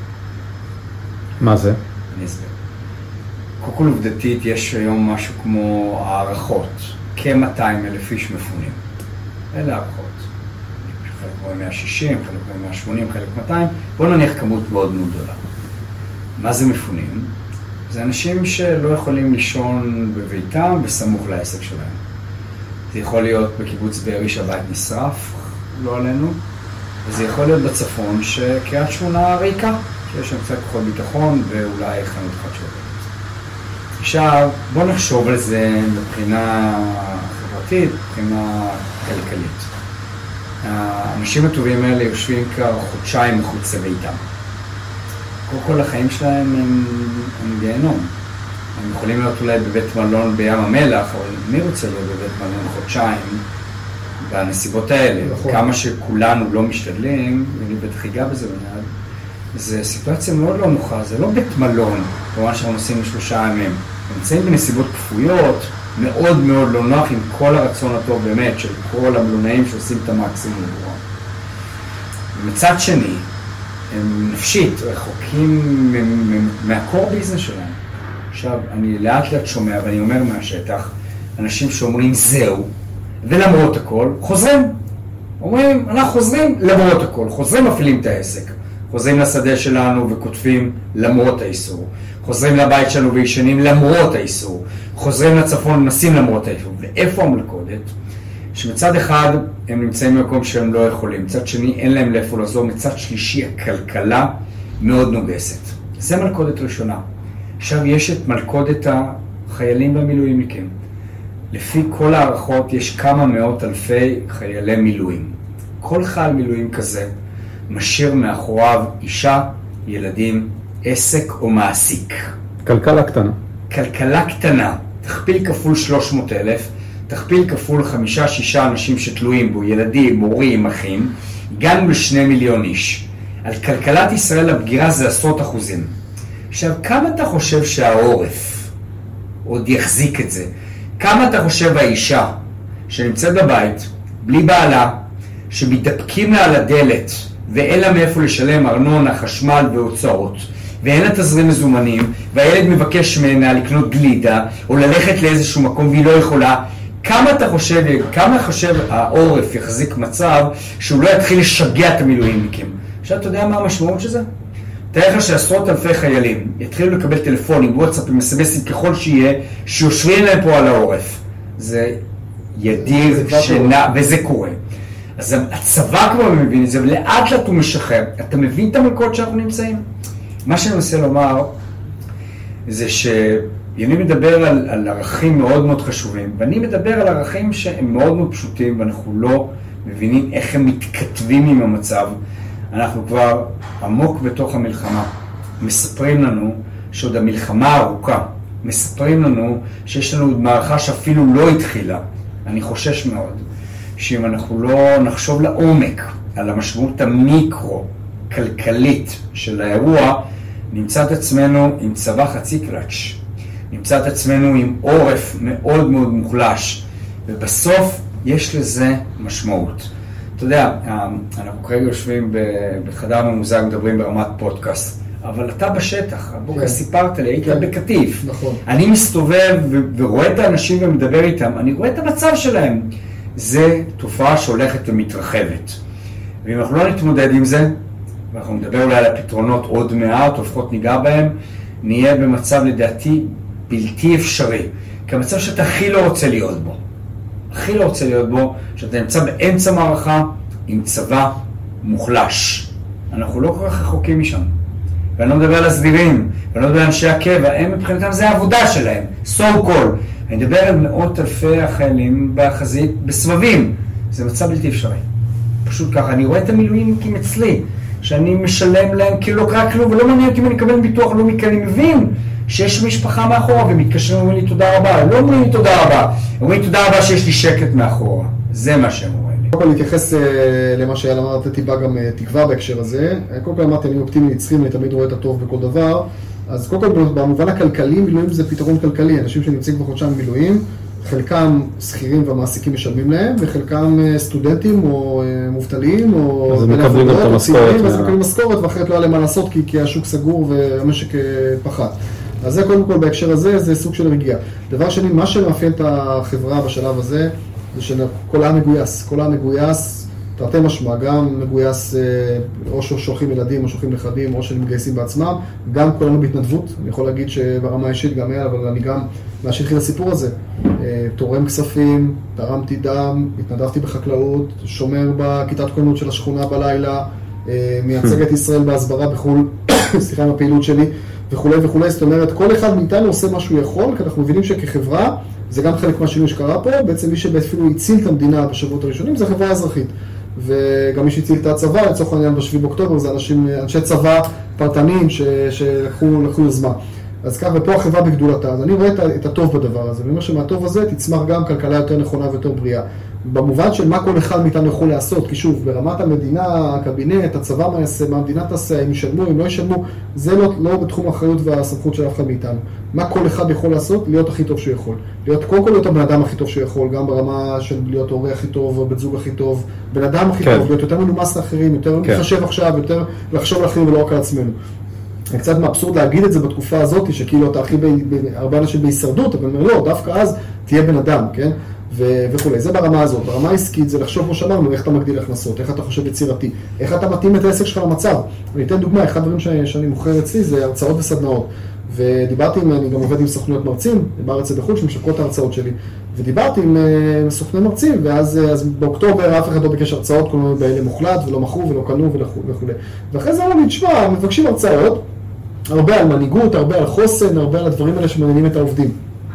מה זה? אני אסביר. קודם כל עובדתית, יש היום משהו כמו הערכות, כ-מאתיים אלף איש מפונים. אלה הערכות. חלק רואה מאה ושישים, חלק רואה מאה ושמונים, חלק מאתיים, בואו נניח כמות מאוד מאוד גדולה. מה זה מפונים? זה אנשים שלא יכולים לישון בביתם בסמוך לעסק שלהם. זה יכול להיות בקיבוץ בארי שהבית נשרף, לא עלינו, וזה יכול להיות בצפון שקריית שמונה ריקה, שיש שם קצת כוחות ביטחון ואולי חנות אחת שעובדת. עכשיו, בואו נחשוב על זה מבחינה חברתית, מבחינה כלכלית. האנשים הטובים האלה יושבים כבר חודשיים מחוץ לביתם. קודם כל החיים שלהם הם, הם גיהנום. הם יכולים להיות אולי בבית מלון בים המלח, אבל מי רוצה להיות בבית מלון חודשיים בנסיבות האלה? נכון. כמה שכולנו לא משתדלים, ואני בטח אגע בזה מיד, זו סיטואציה מאוד לא נוחה, זה לא בית מלון, כמובן שאנחנו נוסעים לשלושה ימים. נמצאים בנסיבות כפויות, מאוד מאוד לא נוח עם כל הרצון הטוב באמת של כל המלונאים שעושים את המקסימום עבורם. ומצד שני, הם נפשית, רחוקים מהקור ביזנס שלהם. עכשיו, אני לאט לאט שומע, ואני אומר מהשטח, אנשים שאומרים זהו, ולמרות הכל, חוזרים. אומרים, אנחנו חוזרים למרות הכל, חוזרים מפעילים את העסק. חוזרים לשדה שלנו וכותבים למרות האיסור. חוזרים לבית שלנו וישנים למרות האיסור. חוזרים לצפון ונסים למרות האיסור. ואיפה המלכודת? שמצד אחד הם נמצאים במקום שהם לא יכולים, מצד שני אין להם לאיפה לעזור, מצד שלישי הכלכלה מאוד נוגסת. זה מלכודת ראשונה. עכשיו יש את מלכודת החיילים והמילואימניקים. לפי כל הערכות יש כמה מאות אלפי חיילי מילואים. כל חייל מילואים כזה משאיר מאחוריו אישה, ילדים, עסק או מעסיק. כלכלה קטנה. כלכלה קטנה, תכפיל כפול שלוש מאות אלף, תכפיל כפול חמישה, שישה אנשים שתלויים בו, ילדים, מורים, אחים, הגענו לשני מיליון איש. על כלכלת ישראל הבגירה זה עשרות אחוזים. עכשיו, כמה אתה חושב שהעורף עוד יחזיק את זה? כמה אתה חושב האישה שנמצאת בבית, בלי בעלה, שמתדפקים לה על הדלת, ואין לה מאיפה לשלם ארנונה, חשמל והוצאות, ואין לה תזרים מזומנים, והילד מבקש ממנה לקנות גלידה, או ללכת לאיזשהו מקום והיא לא יכולה, כמה אתה חושב, כמה חושב העורף יחזיק מצב שהוא לא יתחיל לשגע את המילואימניקים? עכשיו אתה יודע מה המשמעות של זה? תאר לך שעשרות אלפי חיילים יתחילו לקבל טלפונים, וואטסאפים, מסמסים ככל שיהיה, שיושבים להם פה על העורף. זה ידיר שינה, וזה קורה. אז הצבא כבר מבין את זה, ולאט לאט הוא משחרר. אתה מבין את המלכות שאנחנו נמצאים? מה שאני מנסה לומר, זה שיני מדבר על, על ערכים מאוד מאוד חשובים, ואני מדבר על ערכים שהם מאוד מאוד פשוטים, ואנחנו לא מבינים איך הם מתכתבים עם המצב. אנחנו כבר עמוק בתוך המלחמה. מספרים לנו שעוד המלחמה ארוכה. מספרים לנו שיש לנו עוד מערכה שאפילו לא התחילה. אני חושש מאוד שאם אנחנו לא נחשוב לעומק על המשמעות המיקרו-כלכלית של האירוע, נמצא את עצמנו עם צבא חצי קלאץ', נמצא את עצמנו עם עורף מאוד מאוד מוחלש, ובסוף יש לזה משמעות. אתה יודע, אנחנו כרגע יושבים בחדר ממוזג, מדברים ברמת פודקאסט, אבל אתה בשטח, הבוקר סיפרת לי, היית בקטיף. נכון. אני מסתובב ורואה את האנשים ומדבר איתם, אני רואה את המצב שלהם. זה תופעה שהולכת ומתרחבת. ואם אנחנו לא נתמודד עם זה, ואנחנו נדבר אולי על הפתרונות עוד מעט, או לפחות ניגע בהם, נהיה במצב לדעתי בלתי אפשרי. כי המצב שאתה הכי לא רוצה להיות בו. הכי לא רוצה להיות בו, שאתה נמצא באמצע מערכה עם צבא מוחלש. אנחנו לא כל כך רחוקים משם. ואני לא מדבר על הסדירים, ואני לא מדבר על אנשי הקבע, הם מבחינתם זה העבודה שלהם, so call. אני מדבר על מאות אלפי החיילים בחזית בסבבים. זה מצב בלתי אפשרי. פשוט ככה, אני רואה את המילואימניקים אצלי, שאני משלם להם כי לא קרה כלום, ולא מעניין אותי אם אני אקבל ביטוח לאומי, כי אני מבין שיש משפחה מאחורה, ומתקשרים ואומרים לי תודה רבה. לא אומרים לי תודה רבה, אומרים לי תודה רבה שיש לי שקט מאחורה. זה מה שהם אומרים לי. קודם כל להתייחס למה שהיה אמרת, טיפה גם תקווה בהקשר הזה. קודם כל אמרתי, אני אופטימי נצחים, אני תמיד רואה את הטוב בכל דבר. אז קודם כל, במובן הכלכלי, מילואים זה פתרון כלכלי. אנשים שנמצאים כבר חודשיים מילואים, חלקם שכירים והמעסיקים משלמים להם, וחלקם סטודנטים או מובטלים, או... אז הם מקבלים גם את המשכורת. אז הם מקבלים משכורת, ואחרת לא היה להם מה לעשות, כי, כי השוק סגור והמשק פחת. אז זה קודם כל בהקשר הזה, זה סוג של רגיעה. דבר שני, מה שמאפיין את החברה בשלב הזה, זה שכל העם מגויס. כל העם מגויס, תרתי משמע, גם מגויס או ששולחים ילדים או שולחים נכדים או שמתגייסים בעצמם, גם כולנו בהתנדבות. אני יכול להגיד שברמה האישית גם היה, אבל אני גם להשאיר את הסיפור הזה. תורם כספים, תרמתי דם, התנדבתי בחקלאות, שומר בכיתת כוננות של השכונה בלילה, מייצג את ישראל בהסברה בחול, סליחה עם הפעילות שלי, וכולי וכולי. זאת אומרת, כל אחד מאיתנו עושה מה שהוא יכול, כי אנחנו מבינים שכחברה, זה גם חלק מהשינוי שקרה פה, בעצם מי שאפילו הציל את המדינה בשבועות הראשונים, זה חברה אזרחית. וגם מי שהציל את הצבא, לצורך העניין בשביעי באוקטובר, זה אנשים, אנשי צבא פרטניים שלקחו יוזמה. אז כך, ופה החברה בגדולתה. אז אני רואה את הטוב בדבר הזה, ואני אומר שמהטוב הזה תצמח גם כלכלה יותר נכונה ויותר בריאה. במובן של מה כל אחד מאיתנו יכול לעשות, כי שוב, ברמת המדינה, הקבינט, הצבא מה יעשה, מה המדינה תעשה, אם ישלמו, אם לא ישלמו, זה לא, לא בתחום האחריות והסמכות של אף אחד מאיתנו. מה כל אחד יכול לעשות? להיות הכי טוב שהוא יכול. להיות, קודם כל להיות הבן אדם הכי טוב שהוא יכול, גם ברמה של להיות הורה הכי טוב, או בן זוג הכי טוב, בן אדם הכי כן. טוב, להיות יותר מנומס לאחרים, יותר כן. לחשב עכשיו, יותר לחשוב לאחרים ולא רק על עצמנו. זה קצת מאבסורד להגיד את זה בתקופה הזאת, שכאילו אתה הכי הרבה אנשים בהישרדות, אבל אומר לא, דווקא אז תהיה בן אדם, כן? וכו'. זה ברמה הזאת. ברמה העסקית זה לחשוב כמו שאמרנו, איך אתה מגדיל הכנסות, איך אתה חושב יצירתי, איך אתה מתאים את העסק שלך למצב. אני אתן דוגמה, אחד הדברים שאני, שאני מוכר אצלי זה הרצאות וסדנאות. ודיברתי עם, אני גם עובד עם סוכנויות מרצים, בארץ ובחו"ל, שמשקרות את ההרצאות שלי. ודיברתי עם uh, סוכני מרצים, ואז אז באוקטובר אף אחד לא ביקש הרצאות, כל מיני באלה מוחלט, ולא מכרו ולא קנו וכו'. ואחרי זה אמרו לי, תשמע, מבקשים הרצאות, הרבה על מנהיגות, הרבה על חוסן, הרבה על הדברים האלה שמעניינים את העובדים.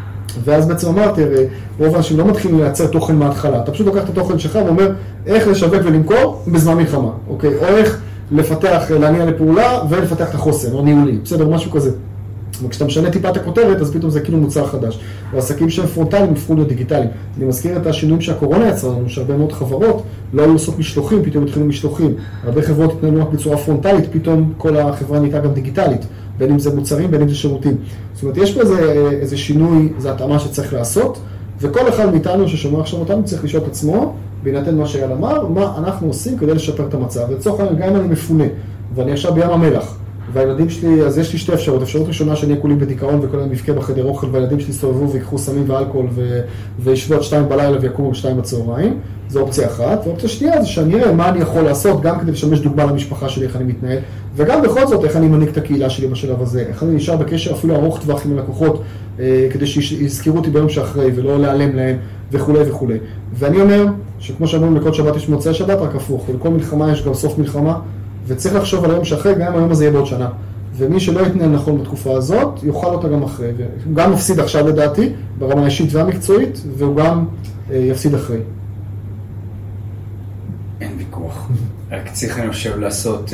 ואז בעצם אמרתי, הרי רוב האנשים לא מתחילים לייצר תוכן מההתחלה. אתה פשוט לוקח את התוכן שלך ואומר איך לשווק ולמכור בזמן מלחמה, אוקיי? או איך לפתח, להניע לפעולה ולפתח את החוסן, או ניהולי, בסדר, משהו כזה. וכשאתה משנה טיפה את הכותרת, אז פתאום זה כאילו מוצר חדש. והעסקים שהם פרונטליים הפכו להיות דיגיטליים. אני מזכיר את השינויים שהקורונה יצרה לנו, שהרבה מאוד חברות לא היו לעשות משלוחים, פתאום התחילו משלוחים. הרבה חברות התנהלו רק בצורה פרונטלית, פתאום כל החברה נהייתה גם דיגיטלית. בין אם זה מוצרים, בין אם זה שירותים. זאת אומרת, יש פה איזה, איזה שינוי, זה התאמה שצריך לעשות, וכל אחד מאיתנו ששומע עכשיו אותנו צריך לשאול את עצמו, בהינתן מה שאייל אמר, מה אנחנו עושים כדי לשפר את המצב. ולצורך העניין, גם אם אני מפונה, ואני עכשיו בים המלח, והילדים שלי, אז יש לי שתי אפשרות. אפשרות ראשונה שאני אהיה כולי בדיכאון וכל היום מבכה בחדר אוכל, והילדים שלי סובבו ויקחו סמים ואלכוהול וישבו עד שתיים בלילה ויקומו בשתיים בצהריים. זו אופציה אחת. ואופציה שנייה זה שאני אראה מה אני יכול לעשות, גם כדי לשמש דוגמה למשפחה שלי, איך אני מתנהל, וגם בכל זאת איך אני מנהיג את הקהילה שלי בשלב הזה, איך אני נשאר בקשר אפילו ארוך טווח עם הלקוחות, כדי שיזכרו אותי ביום שאחרי ולא להיעלם להם וכו' וכו'. ואני אומר שכמו שאמרנו לכל שבת יש מוצאי שבת, רק הפוך, ולכל מלחמה יש גם סוף מלחמה, וצריך לחשוב על היום שאחרי, גם היום הזה יהיה בעוד שנה. ומי שלא יתנהל נכון בתקופה הזאת, יוכל אותה גם אחרי. הוא גם מפסיד עכשיו לדעתי, ברמה האישית והמקצועית, והוא גם יפסיד אחרי. אין ויכוח. רק צריך, אני חושב, לעשות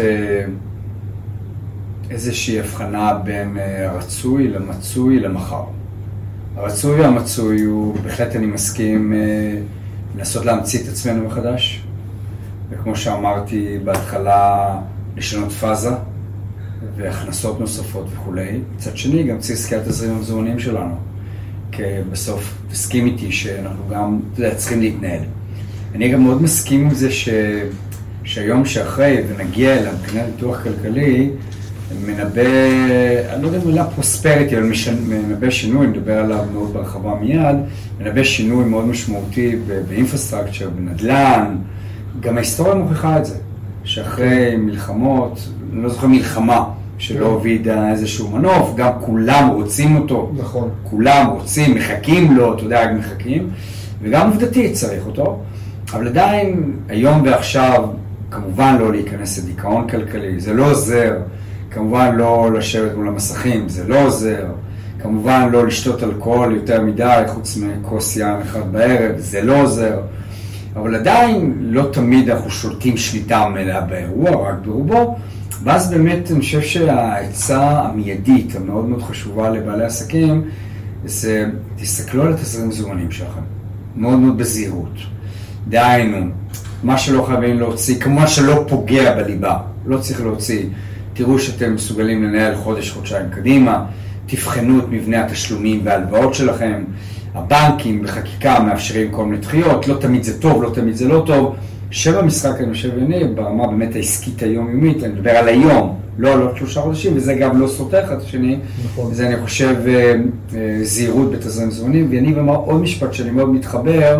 איזושהי הבחנה בין הרצוי למצוי למחר. הרצוי והמצוי הוא, בהחלט אני מסכים, לנסות להמציא את עצמנו מחדש. וכמו שאמרתי בהתחלה, לשנות פאזה והכנסות נוספות וכולי. מצד שני, גם צריך להזכיר את הזרים המזומנים שלנו. כי בסוף, תסכים איתי שאנחנו גם צריכים להתנהל. אני גם מאוד מסכים עם זה ש... שהיום שאחרי ונגיע אליו, מבחינת ניתוח כלכלי, מנבא, אני לא יודע מילה פרוספריטי, אבל מנבא שינוי, מדבר עליו מאוד ברחבה מיד, מנבא שינוי מאוד משמעותי באינפרסטרקצ'ר, בנדל"ן. גם ההיסטוריה מוכיחה את זה, שאחרי מלחמות, אני לא זוכר מלחמה, שלא הובידה איזשהו מנוף, גם כולם רוצים אותו. נכון. כולם רוצים, מחכים לו, אתה יודע, מחכים, וגם עובדתית צריך אותו. אבל עדיין, היום ועכשיו, כמובן לא להיכנס לדיכאון כלכלי, זה לא עוזר. כמובן לא לשבת מול המסכים, זה לא עוזר. כמובן לא לשתות אלכוהול יותר מדי, חוץ מכוס יין אחד בערב, זה לא עוזר. אבל עדיין לא תמיד אנחנו שולטים שליטה מלאה באירוע, רק ברובו. ואז באמת אני חושב שהעצה המיידית, המאוד מאוד חשובה לבעלי עסקים, זה תסתכלו על התזרים מזומנים שלכם. מאוד מאוד בזהירות. דהיינו, מה שלא חייבים להוציא, כמובן שלא פוגע בליבה, לא צריך להוציא. תראו שאתם מסוגלים לנהל חודש, חודשיים קדימה, תבחנו את מבנה התשלומים וההלוואות שלכם, הבנקים בחקיקה מאפשרים כל מיני דחיות, לא תמיד זה טוב, לא תמיד זה לא טוב. שבע משחק אני חושב יניב, ברמה באמת העסקית היומיומית, אני מדבר על היום, לא על עוד שלושה חודשים, וזה גם לא סותר אחד השני. נכון. וזה אני חושב זהירות בתזרים מזומנים, ויניב אמר עוד משפט שאני מאוד מתחבר,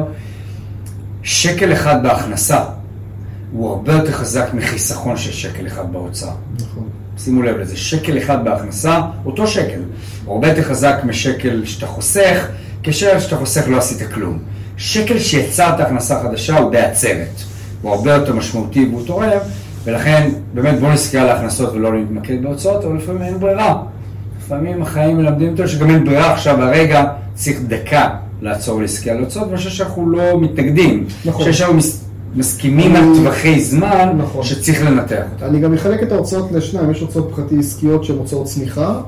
שקל אחד בהכנסה, הוא הרבה יותר חזק מחיסכון של שקל אחד בהוצאה. נכון. שימו לב לזה, שקל אחד בהכנסה, אותו שקל, הוא הרבה יותר חזק משקל שאתה חוסך, כשקל שאתה חוסך לא עשית כלום. שקל שיצרת הכנסה חדשה הוא די עצרת, הוא הרבה יותר משמעותי והוא תורם, ולכן באמת בוא נסתכל על ההכנסות ולא להתמקד בהוצאות, אבל לפעמים אין ברירה. לפעמים החיים מלמדים אותו שגם אין ברירה עכשיו הרגע, צריך דקה לעצור להסתכל על הוצאות, ואני חושב שאנחנו לא מתנגדים. נכון. שיש לנו מסכימים על טווחי זמן נכון. שצריך לנתח אותם. אני גם מחלק את ההוצאות לשניים, יש הוצאות פרטי עסקיות שהן הוצאות צמיחה,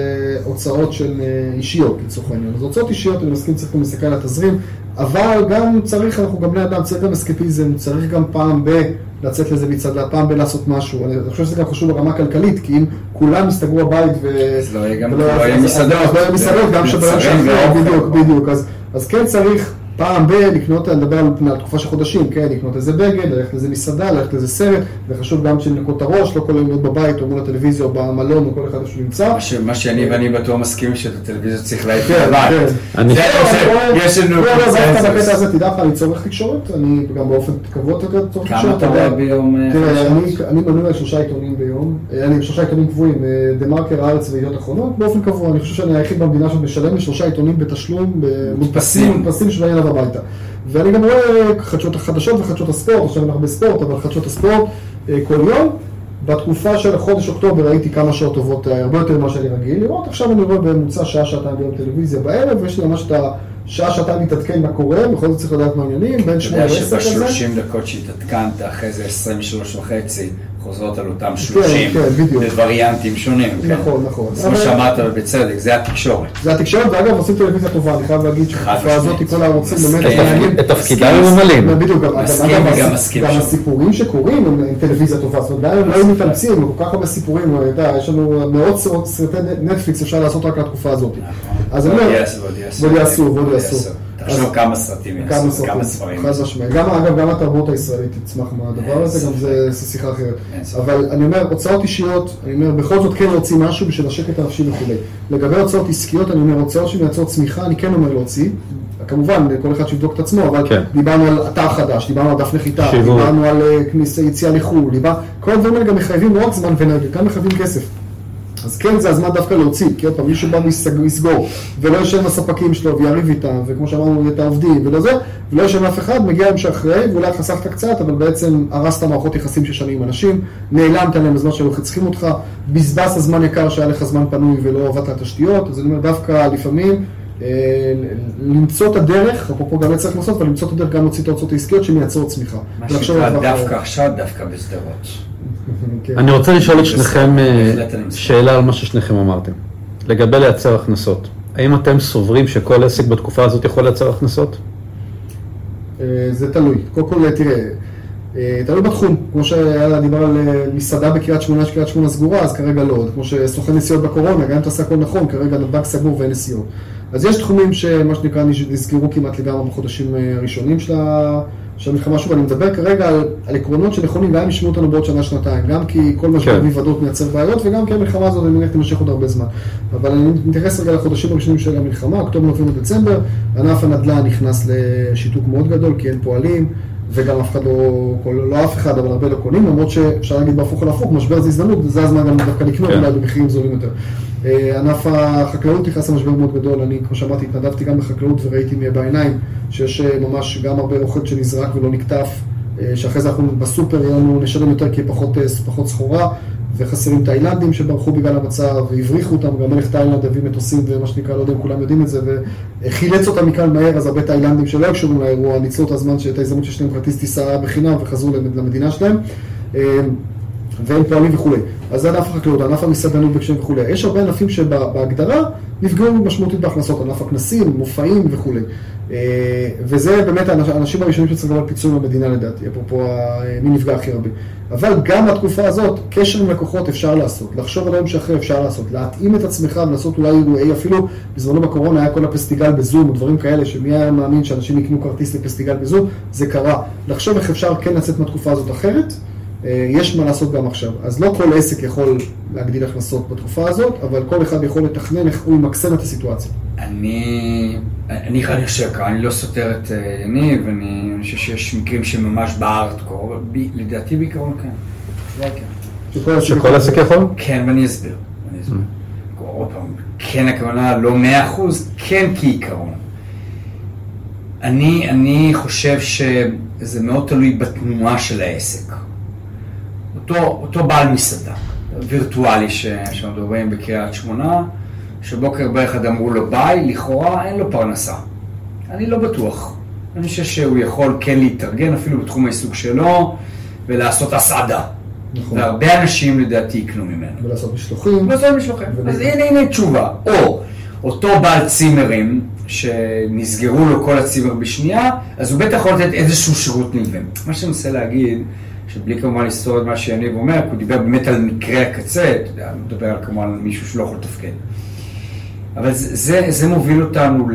והוצאות של אישיות לצורך העניין. אז הוצאות אישיות, אני מסכים, צריך גם להסתכל על התזרים, אבל גם צריך, אנחנו גם בני אדם, צריך גם אסקפיזם, צריך גם פעם ב... לצאת לזה מצד, פעם ב... לעשות משהו. אני חושב שזה גם חשוב ברמה כלכלית, כי אם כולם יסתגרו הבית ו... אז לא יהיה גם, לא יהיה מסעדות. לא יהיה מסעדות, גם שביום שאחרי, בדיוק, בדיוק. אז כן צריך פעם ב... לקנות, לדבר על תקופה של חודשים, כן, לקנות איזה בגד, ללכת לזה מסעדה, ללכת לזה סרט, וחשוב גם שנקות הראש, לא כל היום להיות בבית, או מול הטלוויזיה, או במלון, או כל אחד שהוא נמצא. מה שאני ואני בטוח מסכים שאת הטלוויזיה צריך להיפך בבית. אני יש לנו קונצנזוס. בקטע הזה תדע לך, אני צורך תקשורת, אני גם באופן קבוע צורך תקשורת. כמה אתה רואה ביום? תראה, אני מנוי על שלושה עיתונים ביום, אני שלושה עיתונים קבועים, דה מרקר, הארץ וידיעות אחרונות, באופן קבוע. אני חושב שאני היחיד במדינה שמשלם לשלושה עיתונים בתשלום, מודפסים, מודפסים שבאים אליו הביתה. ואני גם רואה חדשות החדשות וחדשות הספורט, עכשיו אנחנו בספורט, אבל חדשות הספורט כל יום. בתקופה של חודש אוקטובר ראיתי כמה שעות טובות, הרבה יותר ממה שאני רגיל לראות. עכשיו אני רואה בממוצע שעה, שעתיים ביום טלוויזיה בערב, ויש לי ממש את השעה, שעתיים להתעדכן מה קורה, בכל זאת צריך לדעת מעניינים, בין שמונה ועשר כזה. שבשלושים דקות שהתעדכנת, אחרי זה עשרים ושלוש וחצי, חוזרות על אותם שלושים, בווריאנטים שונים. נכון, נכון. זה מה שאמרת בצדק, זה התקשורת. זה התקשורת, ואגב, עושים טלוויזיה טובה, אני חייב להגיד שבתקופה הזאת כל הערוצים באמת... את תפקידם ממלאים. בדיוק, גם הסיפורים שקורים הם טלוויזיה טובה, זאת אומרת, לא היו מתאמצים, כל כך הרבה סיפורים, יש לנו מאות סרטי נטפליקס אפשר לעשות רק לתקופה הזאת. אז אני אומר, ועוד יעשו, ועוד יעשו. תחשוב כמה סרטים יעשו, כמה ספרים. חד משמעית. גם, אגב, גם התרבות הישראלית תצמח מהדבר הזה, גם זה שיחה אחרת. אבל אני אומר, הוצאות אישיות, אני אומר, בכל זאת כן להוציא משהו בשביל השקט הנפשי וכו'. לגבי הוצאות עסקיות, אני אומר, הוצאות שמייצרות צמיחה, אני כן אומר להוציא. כמובן, כל אחד שיבדוק את עצמו, אבל דיברנו על אתר חדש, דיברנו על דף נחיתה, דיברנו על יציאה לחו"ל, כל הדברים האלה גם מחייבים לא רק זמן ואנרגיה, גם מחייבים כסף. אז כן, זה הזמן דווקא להוציא, כי עוד פעם, מישהו בא לסגור, ולא יושב עם הספקים שלו, ויריב איתם, וכמו שאמרנו, את העובדים, ולא זה, ולא יושב עם אף אחד, מגיע עם שאחרי, ואולי חסכת קצת, אבל בעצם הרסת מערכות יחסים של שנים עם אנשים, נעלמת להם בזמן שלא צריכים אותך, בזבז הזמן יקר שהיה לך זמן פנוי ולא עבדת התשתיות, אז אני אומר, דווקא לפעמים, למצוא את הדרך, אפרופו גם צריך לעשות, אבל למצוא את הדרך גם להוציא את ההוצאות העסקיות שמייצרות צמיחה. מה שקרה דווקא עכשיו, דווקא בסדרות. אני רוצה לשאול את שניכם שאלה על מה ששניכם אמרתם. לגבי לייצר הכנסות. האם אתם סוברים שכל עסק בתקופה הזאת יכול לייצר הכנסות? זה תלוי. קודם כל, תראה, תלוי בתחום. כמו שהיה דיבר על מסעדה בקריית שמונה, שקריית שמונה סגורה, אז כרגע לא. כמו שסוכן נסיעות בקורונה, גם אם אתה עושה הכל נכון, כרגע נתב"ג סגור ואין נסיעות. אז יש תחומים שמה שנקרא נסגרו כמעט לגמרי בחודשים הראשונים של המלחמה. שוב, אני מדבר כרגע על, על עקרונות שנכונים, גם ישמעו אותנו בעוד שנה, שנתיים, גם כי כל משבר מוודאות מייצר בעיות, וגם כי המלחמה הזאת אני תימשך עוד הרבה זמן. אבל אני מתייחס רגע לחודשים הראשונים של המלחמה, אוקטובר, נובמבר, דצמבר, ענף הנדל"ן נכנס לשיתוק מאוד גדול, כי אין פועלים, וגם אף אחד לא, לא אף אחד, אבל הרבה לא קונים, למרות שאפשר להגיד בהפוך על הפוך, משבר זה הזדמנות, זה הזמן גם דווקא לקנות, אולי במחירים זולים יותר. ענף החקלאות נכנס למשבר מאוד גדול, אני כמו שאמרתי, התנדבתי גם בחקלאות וראיתי בעיניים שיש ממש גם הרבה אוכל שנזרק ולא נקטף, שאחרי זה אנחנו בסופר יהיה נשלם יותר כי פחות, פחות סחורה, וחסרים תאילנדים שברחו בגלל המצב, והבריחו אותם, גם מלך תאילנד הביא מטוסים ומה שנקרא, לא יודע אם כולם יודעים את זה, וחילץ אותם מכאן מהר, אז הרבה תאילנדים שלא הקשורים לאירוע, ניצלו את הזמן, את ההזדמנות שיש להם כרטיס טיסה בחינם וחזרו למדינה שלהם. והם פועלים וכו'. אז זה ענף החקלאות, ענף המסעדנות בקשרים וכו'. יש הרבה ענפים שבהגדרה נפגעו משמעותית בהכנסות, ענף הכנסים, מופעים וכו'. וזה באמת האנשים הראשונים שצריכים לקבל פיצוי מהמדינה לדעתי, אפרופו מי נפגע הכי הרבה. אבל גם בתקופה הזאת, קשר עם לקוחות אפשר לעשות, לחשוב על היום שאחרי אפשר לעשות, להתאים את עצמך ולעשות אולי אירועי, אפילו בזמנו בקורונה היה כל הפסטיגל בזום, או דברים כאלה, שמי היה מאמין שאנשים יקנו כרטיס לפסטיגל בזום, זה קרה. לחשוב איך אפשר כן לצאת מהתקופה הזאת אחרת, יש מה לעשות גם עכשיו. אז לא כל עסק יכול להגדיל הכנסות בתקופה הזאת, אבל כל אחד יכול לתכנן איך הוא ימקסם את הסיטואציה. אני, אני חושב, אני לא סותר את יניב, ואני חושב שיש מקרים שממש בארדקור, אבל לדעתי בעיקרון כן. שכל עסק יכול? כן, ואני אסביר. אני אסביר. עוד פעם, כן הכוונה לא מאה אחוז, כן כעיקרון. אני, אני חושב שזה מאוד תלוי בתנועה של העסק. אותו, אותו בעל מסעדה, וירטואלי שאנחנו מדברים בקריית שמונה, שבוקר באחד אמרו לו ביי, לכאורה אין לו פרנסה. אני לא בטוח. אני חושב שהוא יכול כן להתארגן, אפילו בתחום העיסוק שלו, ולעשות הסעדה. נכון. והרבה אנשים לדעתי יקנו ממנו. ולעשות משלוחים. ולעשות משלוחים. ול... אז הנה, הנה תשובה. או אותו בעל צימרים, שנסגרו לו כל הצימר בשנייה, אז הוא בטח יכול לתת איזשהו שירות נלווה. מה שאני מנסה להגיד, שבלי כמובן לסתור את מה שיניב אומר, הוא דיבר באמת על מקרה הקצה, אתה יודע, הוא מדבר על כמובן על מישהו שלא יכול לתפקד. אבל זה, זה, זה מוביל אותנו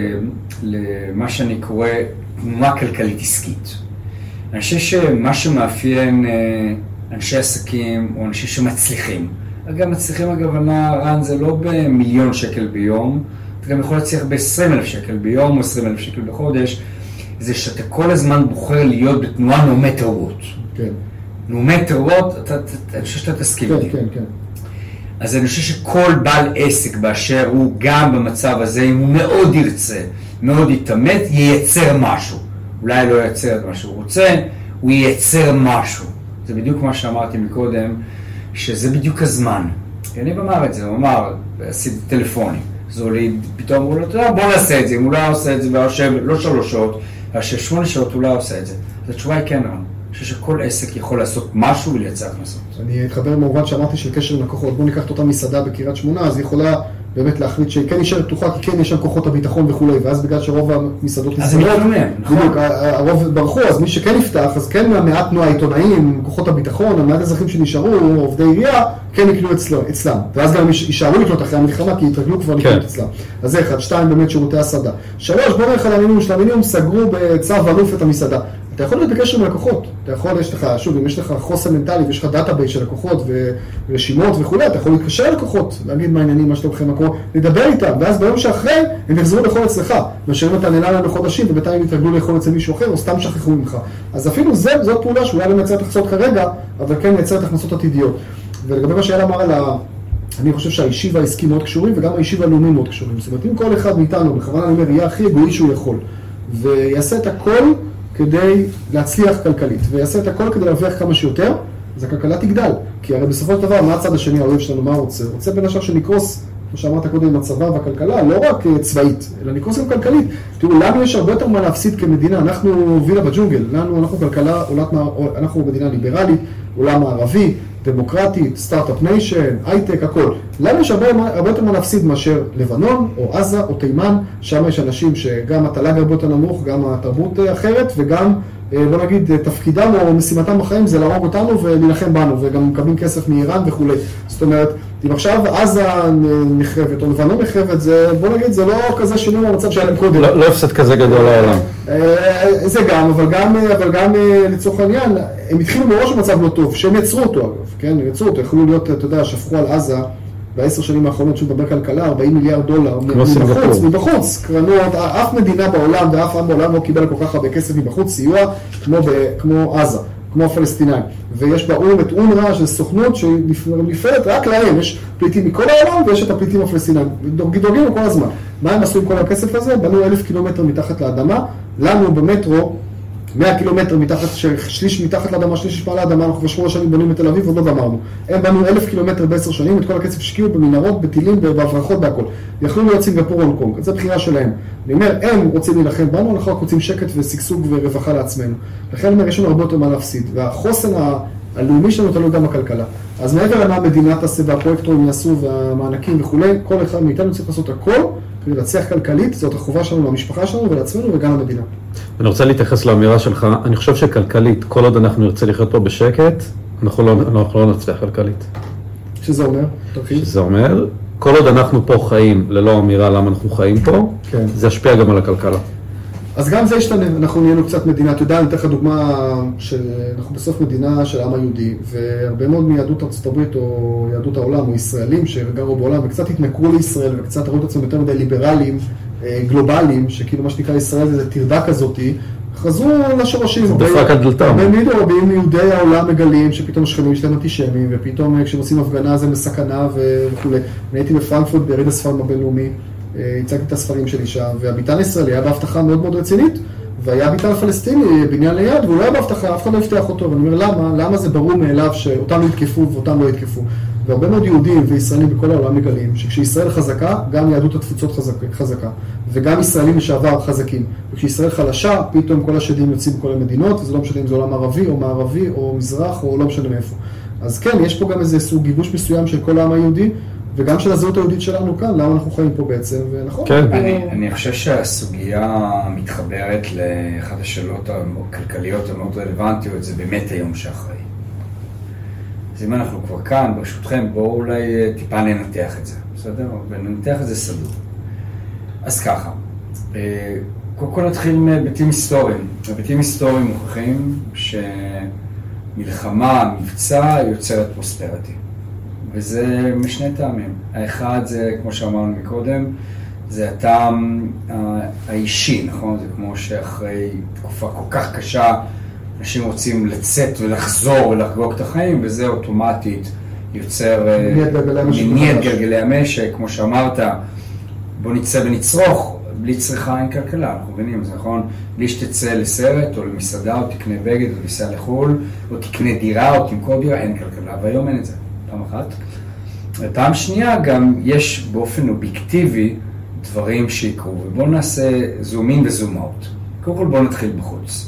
למה שאני קורא תנועה כלכלית עסקית. אני חושב שמה שמאפיין אנשי עסקים או אנשי שמצליחים, אגב מצליחים אגב, רן, זה לא במיליון שקל ביום, אתה גם יכול להצליח ב-עשרים אלף שקל ביום או עשרים אלף שקל בחודש, זה שאתה כל הזמן בוחר להיות בתנועה no matter what. כן. no matter what, אני חושב שאתה תסכים כן, אותי. כן, כן. אז אני חושב שכל בעל עסק באשר הוא גם במצב הזה, אם הוא מאוד ירצה, מאוד יתאמץ, ייצר משהו. אולי לא ייצר את מה שהוא רוצה, הוא ייצר משהו. זה בדיוק מה שאמרתי מקודם, שזה בדיוק הזמן. יניב אמר את זה, הוא אמר, עשיתי טלפונים. אז הוליד, פתאום אמרו לו, בוא נעשה את זה, אם אולי עושה את זה, ויושב לא שלוש שעות, ויושב שמונה שעות, אולי עושה את זה. אז התשובה היא כן, רן. אני חושב שכל עסק יכול לעשות משהו ולייצר הכנסות. אני אתחבר במובן שאמרתי של קשר עם לקוחות. בואו ניקח את אותה מסעדה בקריית שמונה, אז היא יכולה באמת להחליט שכן נשארת פתוחה, כי כן יש שם כוחות הביטחון וכו'. ואז בגלל שרוב המסעדות נסגרות, בדיוק, הרוב ברחו, אז מי שכן יפתח, אז כן מהמעט תנועה העיתונאים, כוחות הביטחון, המעט אזרחים שנשארו, עובדי עירייה, כן יקנו אצלם. ואז גם יישארו לקנות אחרי המלחמה, כי יתרגלו כבר לקנות אצלם. אז זה אחד, שתיים, באמת שירותי הסעדה. שלוש, בואו נלך על המינימום של המינימום, סגרו בצו אלוף את המסעדה. אתה יכול להיות בקשר עם לקוחות, אתה יכול, יש לך, שוב, אם יש לך חוסן מנטלי ויש לך דאטאבייס של לקוחות ורשימות וכו', אתה יכול להתקשר ללקוחות, להגיד מה העניינים, מה שאתה הולכים לקרוא, לדבר איתם, ואז ביום שאחרי הם יחזרו לאכול אצלך, משאירים אותה נהנה להם לחודשים, ובינתיים יתרגלו לאכול אצל מישהו אחר, או סתם שכחו ממך. אז אפילו זה, זאת פעולה שאולי לא מייצרת הכנסות כרגע, אבל כן מייצרת הכנסות עתידיות. ולגבי מה שאלה אמר על ה... אני חושב שהאישי והעסקי מאוד קשורים, וגם האישי והלאומי מאוד קשורים. זאת אומרת, אם כל אחד מאיתנו, בכוונה אני אומר, יהיה הכי אגואי שהוא יכול, ויעשה את הכל כדי להצליח כלכלית, ויעשה את הכל כדי להרוויח כמה שיותר, אז הכלכלה תגדל. כי הרי בסופו של דבר, מה הצד השני, האויב שלנו, מה הוא רוצה? הוא רוצה בין השאר שנקרוס, כמו שאמרת קודם, עם הצבא והכלכלה, לא רק צבאית, אלא נקרוס גם כלכלית. תראו, לנו יש הרבה יותר מה להפסיד כמדינה, אנחנו וילה בג'ונגל, לנו, אנחנו כלכלה, אנחנו מדינה ליברלית, עולם מערבי, דמוקרטית, סטארט-אפ ניישן, הייטק, הכל. לנו יש הרבה, הרבה יותר מה להפסיד מאשר לבנון, או עזה, או תימן, שם יש אנשים שגם התל"ג הרבה יותר נמוך, גם התרבות אחרת, וגם, בוא נגיד, תפקידם או משימתם בחיים זה להרוג אותנו ולהילחם בנו, וגם מקבלים כסף מאיראן וכו'. זאת אומרת, אם עכשיו עזה נחרבת, או לבנון נחרבת, זה, בוא נגיד, זה לא כזה שינוי מהמצב שלהם קודם. לא, לא הפסד כזה גדול לעולם. זה גם, אבל גם, אבל גם לצורך העניין, הם התחילו מראש במצב לא טוב, שהם יצרו אותו אגב, כן? הם יצרו אותו, יכולו להיות, אתה יודע, שפכו על עזה, בעשר שנים האחרונות שהוא מדבר כלכלה, ארבעים מיליארד דולר, מבחוץ, מבחוץ, קרנות, אף מדינה בעולם ואף עם בעולם לא קיבל כל כך הרבה כסף מבחוץ, סיוע כמו, ב, כמו עזה, כמו הפלסטינאים. ויש באום את אונר"א, של סוכנות שהיא נפעלת רק להם, יש פליטים מכל העולם ויש את הפליטים הפלסטינאים, דורגים כל הזמן. מה הם עשו עם כל הכסף הזה? בנו אלף קילומטר מתחת לאדמה, לנו במטרו, מאה קילומטר מתחת, שליש מתחת לאדמה, שליש מעל לאדמה, אנחנו כבר שמונה שנים בונים בתל אביב, עוד לא גמרנו. הם בנו אלף קילומטר בעשר שנים, את כל הכסף השקיעו במנהרות, בטילים, בהברחות, בהכל. יכלו להיות סינגפור הונג קונג, זו בחירה שלהם. אני אומר, הם רוצים להילחם בנו, אנחנו רק רוצים שקט ושגשוג ורווחה לעצמנו. לכן אני אומר, יש לנו הרבה יותר מה להפסיד, והחוסן הלאומי שלנו תלוי גם בכלכלה. אז מעבר למה המדינה תעשה והפרויקטורים יעשו והמענקים וכולי, כל אחד מאיתנו צריך לעשות הכל כדי להצליח כלכלית, זאת החובה שלנו למשפחה שלנו ולעצמנו וגם למדינה. אני רוצה להתייחס לאמירה שלך, אני חושב שכלכלית, כל עוד אנחנו נרצה לחיות פה בשקט, אנחנו לא, אנחנו לא נצליח כלכלית. שזה אומר? תרחיב. שזה אומר, כל עוד אנחנו פה חיים ללא אמירה למה אנחנו חיים פה, כן. זה ישפיע גם על הכלכלה. אז גם זה ישתנה, אנחנו נהיינו קצת מדינה, אתה יודע, אני אתן לך דוגמה שאנחנו בסוף מדינה של העם היהודי, והרבה מאוד מיהדות ארצות הברית או יהדות העולם או ישראלים שגרו בעולם וקצת התנכרו לישראל וקצת ראו את עצמם יותר מדי ליברליים, גלובליים, שכאילו מה שנקרא ישראל זה תרדה כזאת, חזרו לשורשים. זה דפק על דלתם. הרבה רבים מיהודי העולם מגלים שפתאום השכנים שלהם אנטישמים, ופתאום כשהם עושים הפגנה זה מסכנה וכו'. אני הייתי בפרנקפורט ביריד הספרים הבינלאומי, הצגתי את הספרים שלי שם, והביטן הישראלי היה בהבטחה מאוד מאוד רצינית, והיה ביטן פלסטיני בניין ליד, והוא לא היה בהבטחה, אף אחד לא יפתח אותו, ואני אומר למה? למה זה ברור מאליו שאותם לא יתקפו ואותם לא יתקפו? והרבה מאוד יהודים וישראלים בכל העולם מגלים שכשישראל חזקה, גם יהדות התפוצות חזק, חזקה, וגם ישראלים לשעבר חזקים. וכשישראל חלשה, פתאום כל השדים יוצאים בכל המדינות, וזה לא משנה אם זה עולם ערבי או מערבי או מזרח או לא משנה מאיפה. אז כן, יש פה גם איזה סוג גיבוש מסוים של כל העם היהודי, וגם של הזהות היהודית שלנו כאן, למה אנחנו חיים פה בעצם, ונכון. כן. אני, אני חושב שהסוגיה מתחברת לאחת השאלות הכלכליות המאוד רלוונטיות, זה באמת היום שאחראי. אז אם אנחנו כבר כאן, ברשותכם, בואו אולי טיפה ננתח את זה, בסדר? וננתח את זה סדור. אז ככה, קודם כל נתחיל מהיבטים היסטוריים. היבטים היסטוריים מוכיחים שמלחמה, מבצע, יוצרת פרוספריטי. וזה משני טעמים. האחד זה, כמו שאמרנו מקודם, זה הטעם האישי, נכון? זה כמו שאחרי תקופה כל כך קשה, אנשים רוצים לצאת ולחזור ולחגוג את החיים, וזה אוטומטית יוצר מניע את גלגלי המשק, כמו שאמרת, בוא נצא ונצרוך, בלי צריכה אין כלכלה, אנחנו מבינים, זה נכון? בלי שתצא לסרט או למסעדה, או תקנה בגד, או תיסע לחול, או תקנה דירה, או תמכור דירה, אין כלכלה, והיום אין את זה, פעם אחת. ופעם שנייה גם יש באופן אובייקטיבי דברים שיקרו, ובואו נעשה זום אין וזום אאוט. קודם כל בואו נתחיל בחוץ.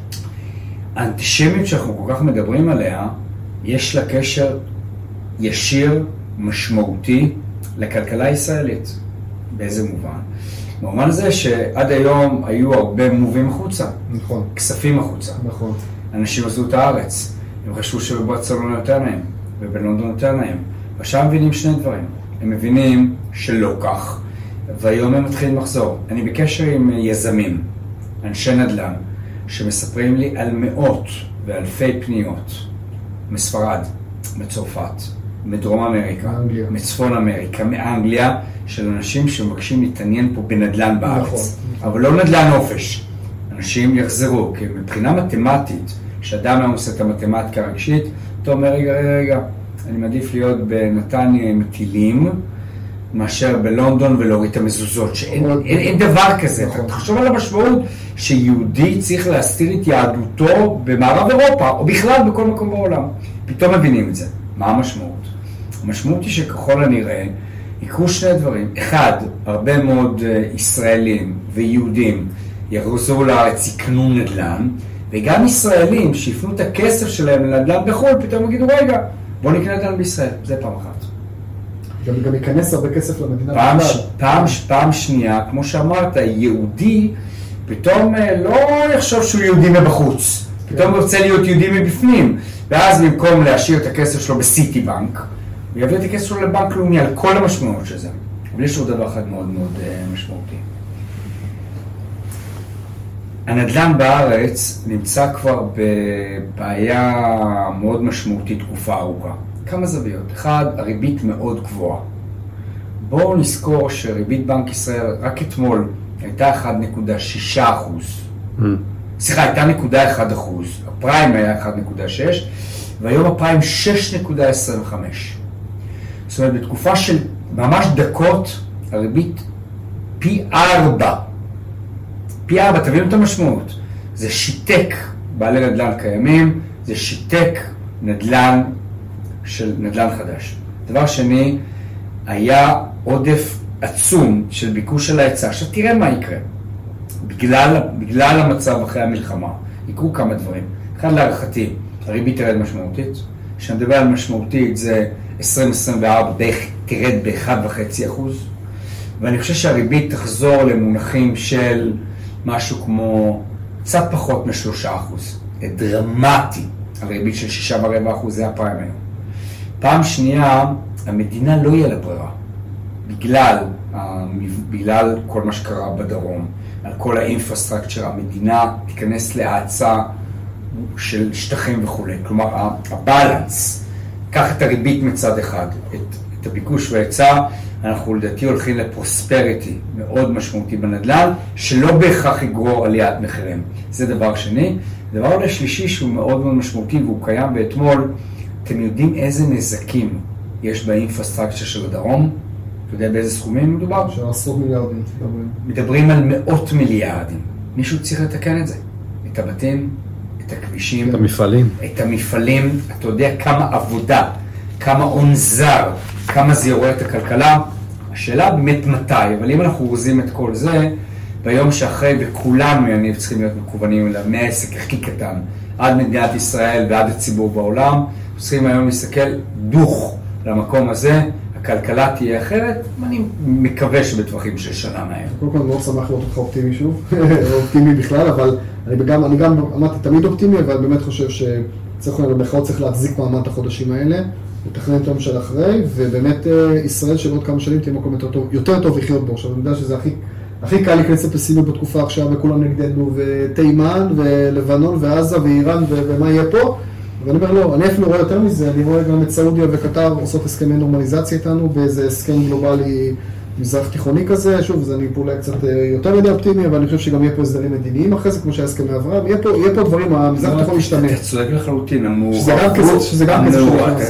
האנטישמיות שאנחנו כל כך מדברים עליה, יש לה קשר ישיר, משמעותי, לכלכלה הישראלית. באיזה מובן? במובן הזה שעד היום היו הרבה מובים החוצה. נכון. כספים החוצה. נכון. אנשים עזבו את הארץ. הם חשבו שבברצלונה יותר נעים, ובלונדון יותר נעים. ועכשיו מבינים שני דברים. הם מבינים שלא כך, והיום הם מתחילים לחזור. אני בקשר עם יזמים, אנשי נדל"ן, שמספרים לי על מאות ואלפי פניות מספרד, מצרפת, מדרום אמריקה, מאנגליה. מצפון אמריקה, מאנגליה, של אנשים שמבקשים להתעניין פה בנדל"ן בארץ. נכון. אבל לא נדל"ן אופש. אנשים יחזרו, כי מבחינה מתמטית, כשאדם היום עושה את המתמטיקה הרגשית, אתה אומר, רגע, רגע, רגע, אני מעדיף להיות בנתניה עם טילים, מאשר בלונדון ולהוריד את המזוזות, שאין אין, אין דבר כזה. אתה תחשוב על המשמעות שיהודי צריך להסתיר את יהדותו במערב אירופה, או בכלל בכל מקום בעולם. פתאום מבינים את זה. מה המשמעות? המשמעות היא שככל הנראה יקרו שני דברים. אחד, הרבה מאוד ישראלים ויהודים יחזרו לארץ, יקנו נדל"ן, וגם ישראלים שיפנו את הכסף שלהם לנדל"ן בחו"ל, פתאום יגידו, רגע, בוא נקנה נדל"ן בישראל. זה פעם אחת. גם, גם ייכנס הרבה כסף למדינה. פעם, ש, פעם, פעם שנייה, כמו שאמרת, יהודי פתאום לא יחשוב שהוא יהודי מבחוץ. כן. פתאום הוא רוצה להיות יהודי מבפנים. ואז במקום להשאיר את הכסף שלו בסיטי בנק, הוא יביא את הכסף שלו לבנק לאומי על כל המשמעות של זה. אבל יש עוד דבר אחד מאוד מאוד uh, משמעותי. הנדל"ן בארץ נמצא כבר בבעיה מאוד משמעותית תקופה ארוכה. כמה זוויות? אחד, הריבית מאוד גבוהה. בואו נזכור שריבית בנק ישראל רק אתמול הייתה אחת נקודה שש אחוז. Mm. סליחה, הייתה נקודה אחד אחוז. הפריים היה אחת נקודה שש, והיום הפריים שש נקודה עשרים וחמש. זאת אומרת, בתקופה של ממש דקות, הריבית פי ארבע. פי ארבע, תבינו את המשמעות. זה שיתק בעלי נדל"ן קיימים, זה שיתק נדל"ן של נדל"ן חדש. דבר שני, היה עודף עצום של ביקוש של ההיצע. עכשיו תראה מה יקרה. בגלל, בגלל המצב אחרי המלחמה, יקרו כמה דברים. אחד, להערכתי, הריבית תרד משמעותית. כשאני מדבר על משמעותית זה עשרים עשרים וארבע בערך תרד ב-אחד וחצי אחוז, ואני חושב שהריבית תחזור למונחים של משהו כמו קצת פחות משלושה אחוז. דרמטי, הריבית של שישה ורבע אחוז זה הפריים היום. פעם שנייה, המדינה לא יהיה לה ברירה, בגלל, בגלל כל מה שקרה בדרום, על כל האינפרסטרקצ'ר, המדינה תיכנס להאצה של שטחים וכו'. כלומר, הבאלנס, קח את הריבית מצד אחד, את, את הביקוש וההיצע, אנחנו לדעתי הולכים לפרוספריטי מאוד משמעותי בנדל"ן, שלא בהכרח יגרור עליית מחירים. זה דבר שני. דבר אולי שלישי שהוא מאוד מאוד משמעותי והוא קיים באתמול, אתם יודעים איזה נזקים יש באינפרסטרקצ'ר של הדרום? אתה יודע באיזה סכומים מדובר? של עשרות מיליארדים. מדברים על מאות מיליארדים. מישהו צריך לתקן את זה. את הבתים, את הכבישים. את המפעלים. את המפעלים. אתה יודע כמה עבודה, כמה הון זר, כמה זה יורה את הכלכלה. השאלה באמת מתי, אבל אם אנחנו רוזים את כל זה, ביום שאחרי וכולנו יניב צריכים להיות מקוונים מהעסק הכי קטן, עד מדינת ישראל ועד הציבור בעולם, צריכים היום להסתכל דוך למקום הזה, הכלכלה תהיה אחרת, ואני מקווה שבטווחים של שנה מהר. קודם כל אני מאוד שמח לראות אותך אופטימי שוב, אופטימי בכלל, אבל אני גם, אני גם אמרתי תמיד אופטימי, אבל באמת חושב שצריך בכלל צריך להחזיק מעמד את החודשים האלה, לתכנן את היום של אחרי, ובאמת ישראל של עוד כמה שנים תהיה מקום יותר טוב, יותר טוב לחיות בו. עכשיו אני יודע שזה הכי, הכי קל להיכנס לפסימיות בתקופה עכשיו, וכולם נגדנו, ותימן, ולבנון, ועזה, ואיראן, ומה יהיה פה. ואני אומר לא, אני אפילו רואה יותר מזה, אני רואה גם את סעודיה וקטר עושות הסכמי נורמליזציה איתנו, באיזה הסכם גלובלי מזרח תיכוני כזה, שוב, זה אני פעולה קצת יותר מדי אופטימי, אבל אני חושב שגם יהיה פה הסדרים מדיניים אחרי זה, כמו שהיה הסכמי אברהם, יהיה פה, יהיה פה דברים, המזרח התיכון משתנה. אתה צודק לחלוטין, המעורבות, שזה גם כזה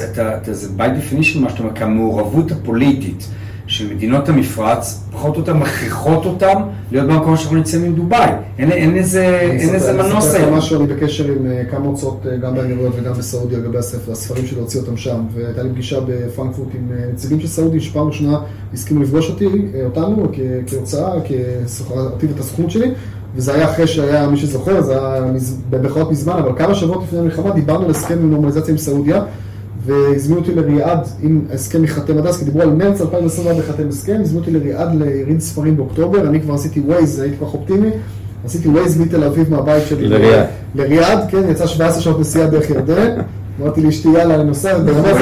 זה by definition מה שאתה אומר, המעורבות הפוליטית של מדינות המפרץ, פחות אותם, מכריחות אותם להיות במקום שאנחנו נמצאים עם דובאי. אין איזה מנוס היום. אני משהו, אני בקשר עם כמה הוצאות, גם באמירויות וגם בסעודיה, לגבי הספרים שלי הוציא אותם שם, והייתה לי פגישה בפרנקפורט עם נציגים של סעודיה, שפעם ראשונה הסכימו לפגוש אותי, אותנו, כהוצאה, אותי ואת הסוכנות שלי, וזה היה אחרי שהיה מי שזוכר, זה היה בבחרות מזמן, אבל כמה שבועות לפני המלחמה דיברנו על הסכם עם נורמליזציה עם סעודיה, והזמינו אותי לריאד, אם ההסכם יחתם עד אז, כי דיברו על מרץ אלפיים עשרים וארבע יחתם הסכם, הזמינו אותי לריאד ליריד ספרים באוקטובר, אני כבר עשיתי ווייז, הייתי כבר אופטימי, עשיתי ווייז מתל אביב מהבית שלי לריאד. לריאד, כן, יצא שבע עשרה שעות נסיעה דרך ירדן, אמרתי לאשתי יאללה, אני נוסע,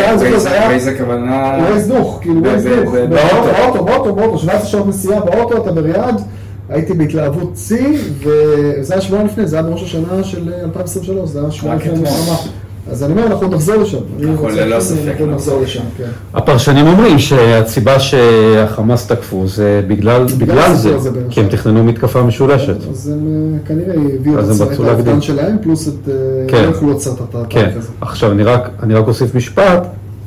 ווייז הכוונה... ווייז דוך, כאילו ווייז דוך, באוטו, באוטו, באוטו, שבע עשרה שעות נסיעה באוטו, אתה בריאד, הייתי בהתלהבות צי, וזה היה שבועיים לפני, זה היה בראש השנה של אלפיים עשרים ושלוש, זה היה שבועיים לפני המלחמה. אז אני אומר, אנחנו נחזור לשם. נכון, ללא ספק. נחזור לשם, כן. הפרשנים אומרים שהסיבה שהחמאס תקפו זה בגלל זה, כי הם תכננו מתקפה משולשת. אז הם כנראה הביאו את האובדן שלהם, פלוס את... לא יכלו לצאת את התהליך הזה. עכשיו, אני רק אוסיף משפט.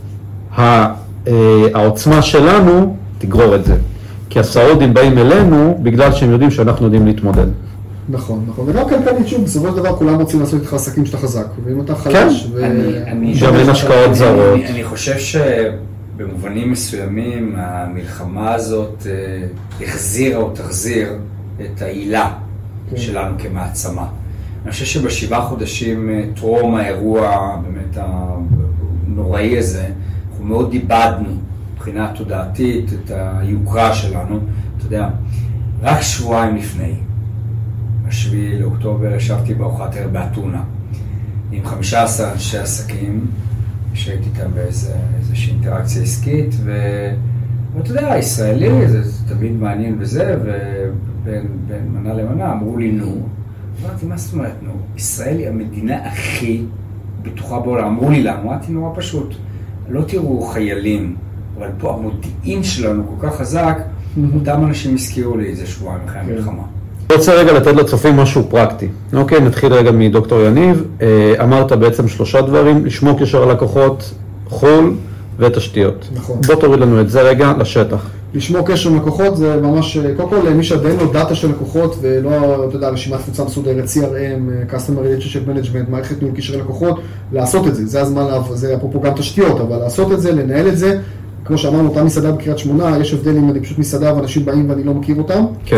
העוצמה שלנו תגרור את זה. כי הסעודים באים אלינו בגלל שהם יודעים שאנחנו יודעים להתמודד. נכון, נכון. וגם כלכלית שוב, בסופו של דבר כולם רוצים לעשות איתך עסקים שאתה חזק, ואם אתה חלש... גם אין השקעות זרות. אני חושב שבמובנים מסוימים המלחמה הזאת החזירה או תחזיר את העילה שלנו כמעצמה. אני חושב שבשבעה חודשים טרום האירוע באמת הנוראי הזה, אנחנו מאוד איבדנו מבחינה תודעתית את היוקרה שלנו. אתה יודע, רק שבועיים לפני. בשביעי לאוקטובר ישבתי בארוחת ערב באתונה עם חמישה עשר אנשי עסקים, שהייתי איתם באיזושהי אינטראקציה עסקית, ואתה יודע, הישראלי, זה תמיד מעניין בזה, ובין מנה למנה אמרו לי נו, אמרתי, מה זאת אומרת נו? ישראל היא המדינה הכי בטוחה בעולם, אמרו לי למה, אמרתי נורא פשוט, לא תראו חיילים, אבל פה המודיעין שלנו כל כך חזק, אותם אנשים הזכירו לי איזה שבועיים אחרי המלחמה. אני רוצה רגע לתת לצופים משהו פרקטי. אוקיי, נתחיל רגע מדוקטור יניב. אמרת בעצם שלושה דברים, לשמור קשר ללקוחות, חול ותשתיות. נכון. בוא תוריד לנו את זה רגע לשטח. לשמור קשר עם לקוחות זה ממש, קודם כל מי שעדיין לו דאטה של לקוחות ולא, אתה יודע, רשימת תפוצה מסודרת, סי אר אם, Customer Relationship Management, מערכת ניהול קשרי לקוחות, לעשות את זה. זה הזמן, זה אפרופו גם תשתיות, אבל לעשות את זה, לנהל את זה. כמו שאמרנו, אותה מסעדה בקריית שמונה, יש הבדל אם אני פשוט מסעדה ואנשים באים ואני לא מכיר אותם. כן.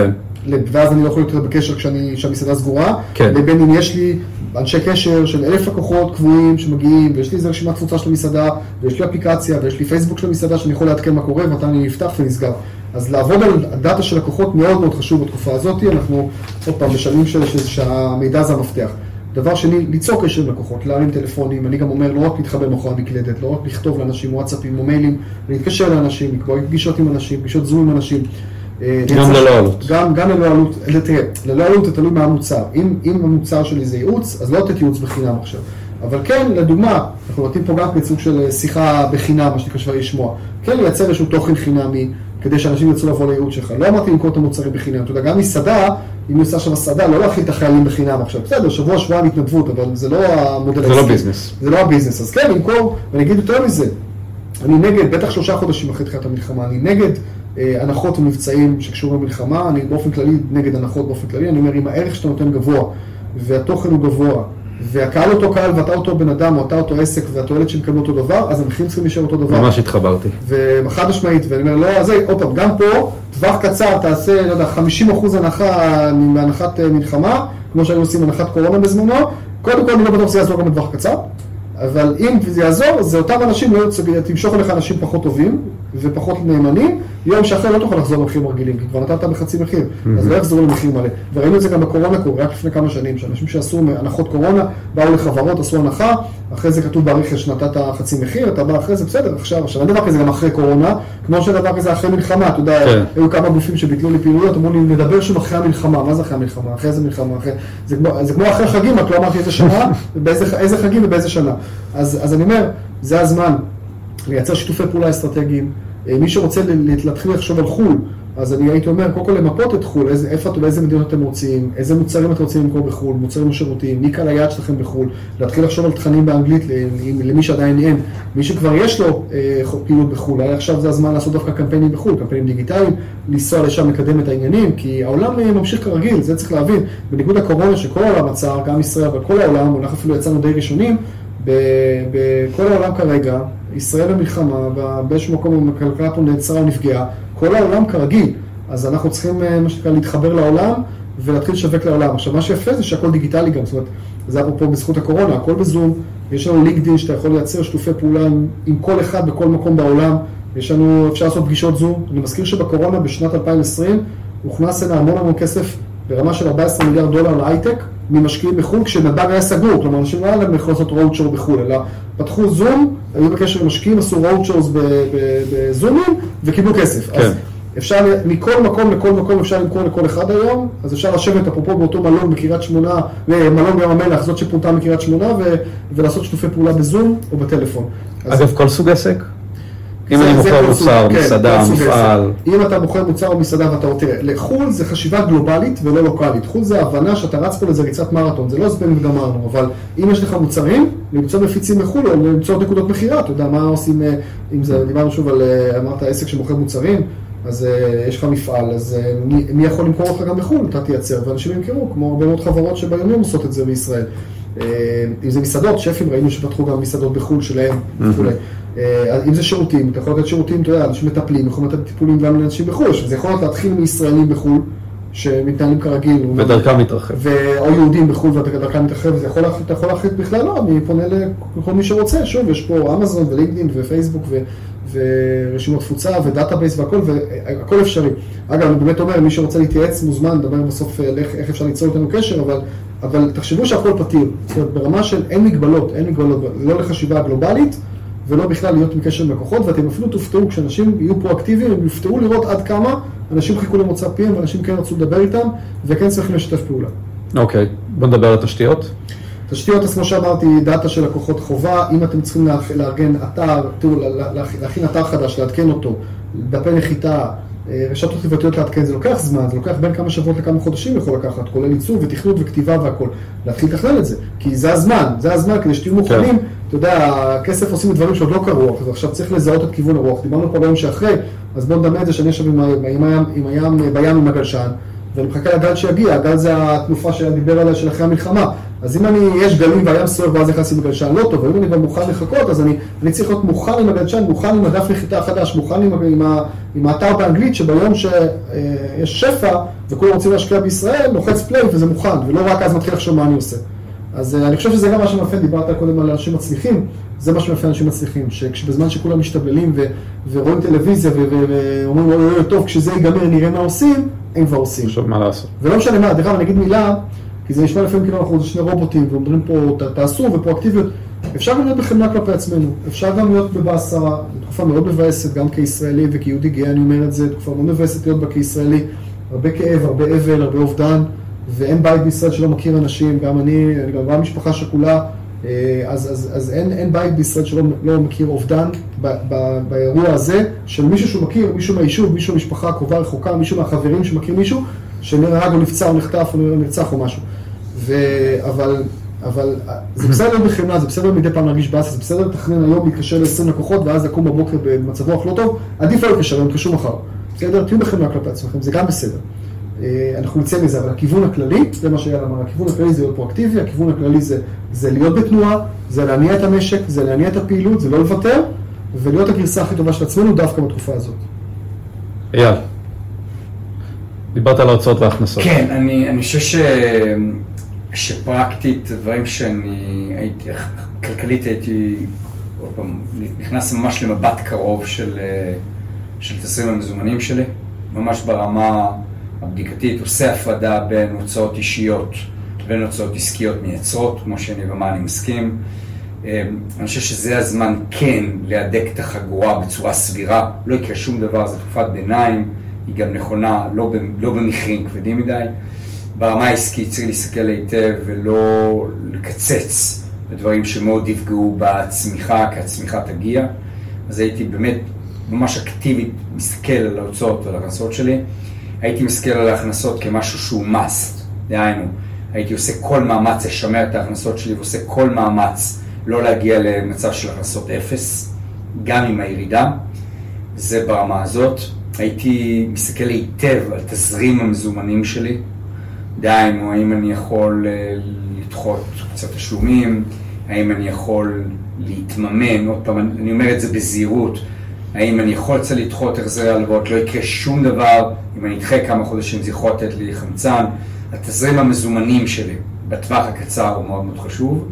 ואז אני לא יכול יותר בקשר כשהמסעדה סגורה, כן. לבין אם יש לי אנשי קשר של אלף לקוחות קבועים שמגיעים, ויש לי איזו רשימת תפוצה של המסעדה, ויש לי אפליקציה, ויש לי פייסבוק של המסעדה שאני יכול לעדכן מה קורה, ומתי אני נפתח ונסגר. אז לעבוד על הדאטה של לקוחות מאוד מאוד חשוב בתקופה הזאת, אנחנו עוד פעם בשנים שהמידע זה המפתח. דבר שני, ליצור קשר עם לקוחות, להרים טלפונים, אני גם אומר לא רק להתחבר מאחורי המקלדת, לא רק לכתוב לאנשים וואטסאפים או מיילים, להתקשר לאנשים, לקבוע פגישות עם אנשים, פגישות זום עם אנשים. גם ללא עלות. גם, גם ללא עלות, תראה, ללא עלות זה תלוי מה המוצר. אם, אם המוצר שלי זה ייעוץ, אז לא לתת ייעוץ בחינם עכשיו. אבל כן, לדוגמה, אנחנו נותנים פה גם בסוג של שיחה בחינם, מה שנקרא שווה לשמוע. כן, לייצר איזשהו תוכן חינמי, כדי שאנשים ירצו לבוא לייעוץ שלך. לא אמרתי למכור את המוצרים בחינם. אתה יודע, גם מסעדה, אם נעשה שם מסעדה, לא להכיל את החיילים בחינם עכשיו. בסדר, שבוע, שבוע התנדבות, אבל זה לא המודל זה לא ביזנס. זה לא הביזנס. אז כן, למכור, ואני אגיד יותר מזה. אני נגד, בטח שלושה חודשים אחרי תחילת המלחמה, אני נגד אה, הנחות ומבצעים שקשורים למלחמה, אני באופן כללי נגד הנחות באופן כללי, אני אומר, אם הערך שאתה נותן גבוה, והתוכן הוא גבוה, והקהל אותו קהל, ואתה אותו בן אדם, או אתה אותו עסק, והתועלת שמקבל אותו דבר, אז המחירים צריכים להישאר אותו דבר. ממש התחברתי. וחד משמעית, ואני אומר, לא, אז עוד פעם, גם פה, טווח קצר, תעשה, לא יודע, חמישים אחוז הנחה מהנחת מלחמה, כמו שהיינו עושים הנחת קורונה בזמנו, קודם כל אני לא בטוח שזה יעזור גם בטווח קצר, אבל אם זה יעזור, זה אותם אנשים, לא תמשוך עליך אנשים פחות טובים ופחות נאמנים, יום שאחרי לא תוכל לחזור למחירים רגילים, כי כבר נתת בחצי מחיר, אז לא יחזרו למחיר מלא. וראינו את זה גם בקורונה קורה, רק לפני כמה שנים, שאנשים שעשו הנחות קורונה, באו לחברות, עשו הנחה, אחרי זה כתוב ברכש שנתת חצי מחיר, אתה בא אחרי זה, בסדר, עכשיו, עכשיו, אין דבר כזה גם אחרי קורונה, כמו שדבר כזה אחרי מלחמה, אתה יודע, היו כמה גופים שביטלו לי פעילויות, אמרו לי, נדבר שוב אחרי המלחמה, מה זה אחרי המלחמה? אחרי איזה מלחמה? אחרי... זה כמו, זה כמו אחרי חגים, רק לא אמרתי איזה שנה, ובאיזה, איזה חגים ובאיזה שנה. אז, אז אני אומר, זה הזמן לייצר שיתופי פעולה אסטרטגיים. מי שרוצה להתחיל לחשוב על חול, אז אני הייתי אומר, קודם כל למפות את חול, איזה, איפה אתם, באיזה מדינות אתם רוצים, איזה מוצרים אתם רוצים למכור בחול, מוצרים ושירותים, מי קהל היעד שלכם בחול, להתחיל לחשוב על תכנים באנגלית למי שעדיין אין, מי שכבר יש לו אה, פעילות בחול, עכשיו זה הזמן לעשות דווקא קמפיינים בחול, קמפיינים דיגיטליים, לנסוע לשם לקדם את העניינים, כי העולם ממשיך כרגיל, זה צריך להבין, בניגוד הקורונה שכל העולם עצר, גם ישראל וכל העולם, אנחנו אפילו יצאנו די ראשונים, בכל העולם כרגע, ישראל במלחמה, באיזשהו מקום הכלכלה פה נעצרה או נפגעה, כל העולם כרגיל, אז אנחנו צריכים מה שנקרא להתחבר לעולם ולהתחיל לשווק לעולם. עכשיו מה שיפה זה שהכל דיגיטלי גם, זאת אומרת, זה היה פה בזכות הקורונה, הכל בזום, יש לנו לינקדין שאתה יכול לייצר שיתופי פעולה עם, עם כל אחד בכל מקום בעולם, יש לנו, אפשר לעשות פגישות זום, אני מזכיר שבקורונה בשנת אלפיים ועשרים הוכנס אלינו המון המון כסף ברמה של ארבעה עשר מיליארד דולר להייטק, ממשקיעים בחו"ל, כשנתב"ג היה סגור, כלומר, אנשים לא היה להם יכול לעשות road show בחו"ל, אלא פתחו זום, היו בקשר עם משקיעים, עשו road shows בזומים, וקיבלו כסף. כן. אז אפשר, מכל מקום לכל מקום אפשר למכור לכל אחד היום, אז אפשר לשבת אפרופו באותו מלון בקריית שמונה, מלון בים המלח, זאת שפונתה מקריית שמונה, ו- ולעשות שיתופי פעולה בזום או בטלפון. אגב, אז... כל סוג עסק? אם אני מוכר מוצר, מסעדה, מפעל. אם אתה מוכר מוצר או מסעדה ואתה רוצה, לחול זה חשיבה גלובלית ולא לוקלית. חול זה הבנה שאתה רץ פה לזה ריצת מרתון, זה לא זבן וגמרנו, אבל אם יש לך מוצרים, למצוא מפיצים בחול או למצוא נקודות מחירה, אתה יודע מה עושים, אם זה, דיברנו שוב על, אמרת עסק שמוכר מוצרים, אז יש לך מפעל, אז מי, מי יכול למכור אותך גם בחול? אתה תייצר, ואנשים ימכרו, כמו הרבה מאוד חברות שבימים עושות את זה בישראל. אם זה מסעדות, שפים, ראינו שפתחו גם מסעדות בחול שלהם, וכולי. אם זה שירותים, אתה יכול לתת שירותים, אתה יודע, אנשים מטפלים, יכולים לתת טיפולים גם לאנשים בחול, זה יכול להתחיל מישראלים בחול, שמתנהלים כרגיל. ודרכם מתרחב. או יהודים בחול ודרכם מתרחב, וזה יכול להחליט, אתה יכול להחליט בכלל לא, אני פונה לכל מי שרוצה, שוב, יש פה אמזון ולינקדין ופייסבוק ורשימות תפוצה ודאטאבייס והכל, והכל אפשרי. אגב, אני באמת אומר, מי שרוצה להתייעץ מוזמן, דבר בסוף איך אפשר ליצור איתנו קשר, אבל, אבל תחשבו שהכל פתיר. זאת אומרת, ברמה של אין מגבלות, אין מגבלות, לא לחשיבה גלובלית, ולא בכלל להיות מקשר עם לקוחות, ואתם אפילו תופתעו, כשאנשים יהיו פרואקטיביים, הם יופתעו לראות עד כמה אנשים חיכו למוצא פיהם, ואנשים כן רצו לדבר איתם, וכן צריכים לשתף פעולה. אוקיי, בוא נדבר על תשתיות. תשתיות, אז כמו שאמרתי, דאטה של לקוחות חובה, אם אתם צריכים לארגן אתר, תראו, להכין אתר חדש, לעדכן אותו, דפי נחיתה, רשתות חברתיות לעדכן, זה לוקח זמן, זה לוקח בין כמה שבועות לכמה חודשים יכול לקחת, כולל עיצוב ותכנות וכתיבה והכל. להתחיל לתכנן את זה, כי זה הזמן, זה הזמן, כדי שתהיו מוכנים, אתה יודע, הכסף עושים דברים שעוד לא קרו, אז עכשיו צריך לזהות את כיוון הרוח. דיברנו פה ביום שאחרי, אז בואו נדמה את זה שאני יושב עם הים, בים עם הגלשן, ואני מחכה לגל שיגיע, הגל זה התנופה שדיבר עליה של אחרי המלחמה, אז אם אני, יש גלים והים סוער ואז נכנסים בגלשן לא טוב, ואם אני כבר מוכן לחכות, אז אני, אני צריך להיות מוכן עם הגלשן, מוכן עם הדף נחיתה החדש, מוכן עם, עם, עם, עם האתר באנגלית, שביום שיש שפע וכולם רוצים להשקיע בישראל, לוחץ פליי וזה מוכן, ולא רק אז מתחיל לחשוב מה אני עושה. אז אני חושב שזה גם מה שמאפיין, דיברת קודם על אנשים מצליחים, זה מה שמאפיין אנשים מצליחים, שבזמן שכולם משתבללים ו- ורואים טלוויזיה ואומרים, לא, לא, טוב, כשזה ייגמר נראה מה עושים, הם כבר עושים. עכשיו מה לעשות? ולא משנה מה, דרך אגב, אני אגיד מילה, כי זה נשמע לפעמים כאילו אנחנו שני רובוטים, ואומרים פה, תעשו ופרואקטיביות. אפשר גם להיות בחמלה כלפי עצמנו, אפשר גם להיות בבאסה, תקופה מאוד מבאסת, גם כישראלי וכיהודי גאה, אני אומר את זה, תקופה מאוד מבאסת להיות בה כישראלי, הרבה כאב, הרבה אבל, הרבה אובדן, ואין בית בישראל שלא מכיר אנשים, גם אני, אני גם באה משפחה שכולה, אז, אז, אז אין, אין בית בישראל שלא לא מכיר אובדן ב, ב, באירוע הזה, של מישהו שהוא מכיר, מישהו מהיישוב, מישהו מהמשפחה הקרובה רחוקה, מישהו מהחברים שמכיר מישהו, שנהרג או נפצע או נחטף או נרצח או משהו. ו, אבל, אבל זה בסדר בחמלה, זה בסדר מדי פעם להרגיש באסה, זה בסדר לתכנן היום להתקשר ל-עשרים לקוחות ואז לקום בבוקר במצב רוח לא טוב, עדיף לא להתקשר, הם תקשרו מחר. בסדר, תהיו בחמלה כלפי עצמכם, זה גם בסדר. אנחנו נצא מזה, אבל הכיוון הכללי, זה מה שהיה למה, הכיוון הכללי זה להיות פרואקטיבי, הכיוון הכללי זה, זה להיות בתנועה, זה להניע את המשק, זה להניע את הפעילות, זה לא לוותר, ולהיות הגרסה הכי טובה של עצמנו דווקא בתקופה הזאת. אייל, דיברת על ההוצאות וההכנסות. כן, אני, אני חושב ש... שפרקטית, דברים שאני הייתי, כלכלית הייתי, עוד פעם, נכנס ממש למבט קרוב של, של תזרים המזומנים שלי, ממש ברמה הבדיקתית, עושה הפרדה בין הוצאות אישיות לבין הוצאות עסקיות מייצרות, כמו שאני ומה אני מסכים. אני חושב שזה הזמן כן להדק את החגורה בצורה סבירה, לא יקרה שום דבר, זו תקופת ביניים, היא גם נכונה, לא, לא במחירים כבדים מדי. ברמה העסקית צריך להסתכל היטב ולא לקצץ בדברים שמאוד יפגעו בצמיחה, כי הצמיחה תגיע. אז הייתי באמת ממש אקטיבית מסתכל על ההוצאות ועל ההכנסות שלי. הייתי מסתכל על ההכנסות כמשהו שהוא must, דהיינו, הייתי עושה כל מאמץ לשמר את ההכנסות שלי ועושה כל מאמץ לא להגיע למצב של הכנסות אפס, גם עם הירידה. זה ברמה הזאת. הייתי מסתכל היטב על תזרים המזומנים שלי, דהיינו, האם אני יכול לדחות קצת תשלומים, האם אני יכול להתממן, עוד פעם, אני אומר את זה בזהירות, האם אני יכול קצת לדחות החזרי הלוואות, לא יקרה שום דבר, אם אני אדחה כמה חודשים זה יכול לתת לי חמצן. התזרים המזומנים שלי בטווח הקצר הוא מאוד מאוד חשוב,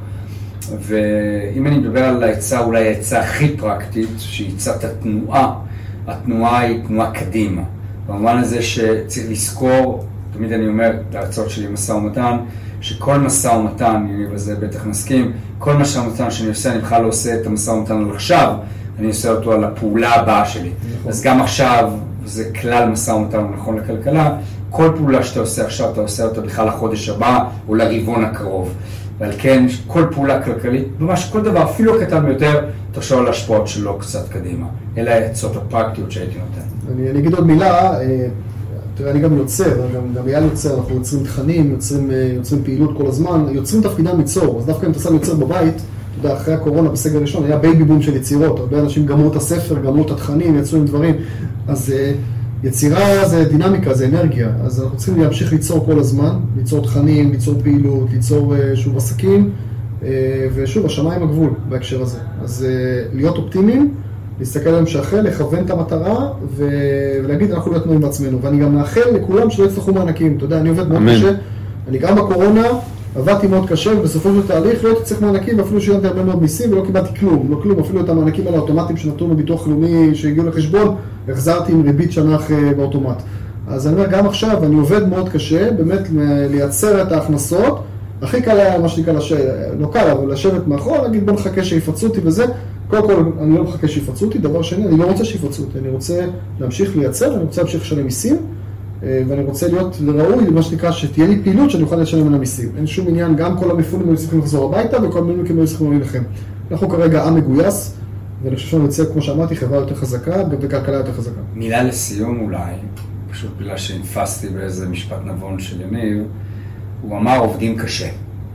ואם אני מדבר על ההצעה, אולי ההצעה הכי פרקטית, שהיא הצעת התנועה, התנועה היא תנועה קדימה, במובן הזה שצריך לזכור, תמיד אני אומר להרצאות שלי משא ומתן, שכל משא ומתן, אני וזה בטח מסכים, כל משא ומתן שאני עושה, אני בכלל לא עושה את המשא ומתן על עכשיו, אני עושה אותו על הפעולה הבאה שלי. נכון. אז גם עכשיו, זה כלל משא ומתן נכון לכלכלה, כל פעולה שאתה עושה עכשיו, אתה עושה אותה בכלל לחודש הבא, או לרבעון הקרוב. ועל כן, כל פעולה כלכלית, ממש כל דבר, אפילו קטן ביותר, תחשוב על השפעות שלו קצת קדימה. אלה העצות הפרקטיות שהייתי נותן. אני, אני אגיד עוד מילה, תראה, אני גם יוצר, גם, גם אייל יוצר, אנחנו יוצרים תכנים, יוצרים, יוצרים פעילות כל הזמן, יוצרים תפקידם ליצור, אז דווקא אם אתה שם יוצר בבית, אתה יודע, אחרי הקורונה בסגר ראשון, היה בייבי בום של יצירות, הרבה אנשים גמרו את הספר, גמרו את התכנים, יצאו עם דברים, אז יצירה זה דינמיקה, זה אנרגיה, אז אנחנו צריכים להמשיך ליצור כל הזמן, ליצור תכנים, ליצור פעילות, ליצור שוב עסקים, ושוב, השמיים הגבול בהקשר הזה. אז להיות אופטימיים, להסתכל עליהם שאחרי, לכוון את המטרה, ולהגיד, אנחנו לא תנועים בעצמנו. ואני גם מאחל לכולם שלא יצטרכו מענקים. אתה יודע, אני עובד מאוד קשה, אני גם בקורונה, עבדתי מאוד קשה, ובסופו של תהליך לא הייתי צריך מענקים, ואפילו שילמתי הרבה מאוד מיסים, ולא קיבלתי כלום, לא כלום, אפילו את המענקים האלה האוטומטיים שנתנו בביטוח לאומי, שהגיעו לחשבון, החזרתי עם ריבית שנה אחרי באוטומט. אז אני אומר, גם עכשיו, אני עובד מאוד קשה, באמת לייצר את ההכנסות, הכי קל היה, מה שנקרא, לא קל, אבל לשבת מאחור, להגיד, בוא נחכה שיפצו אותי וזה. קודם כל, אני לא מחכה שיפצו אותי, דבר שני, אני לא רוצה שיפצו אותי, אני רוצה להמשיך לייצר, אני רוצה להמשיך לשלם מיסים, ואני רוצה להיות ראוי, מה שנקרא, שתהיה לי פעילות שאני אוכל לשלם על המיסים. אין שום עניין, גם כל המפונים היו צריכים לחזור הביתה, וכל המילואימניקים היו צריכים להילחם. אנחנו כרגע עם מגויס, ואני חושב שאני רוצה, כמו שאמרתי, חברה יותר חזקה, וכלכלה יותר חזקה. מילה לסיום אולי, פשוט בגלל שהנפסתי באיזה משפט נבון של יניב, הוא אמר עובדים קשה.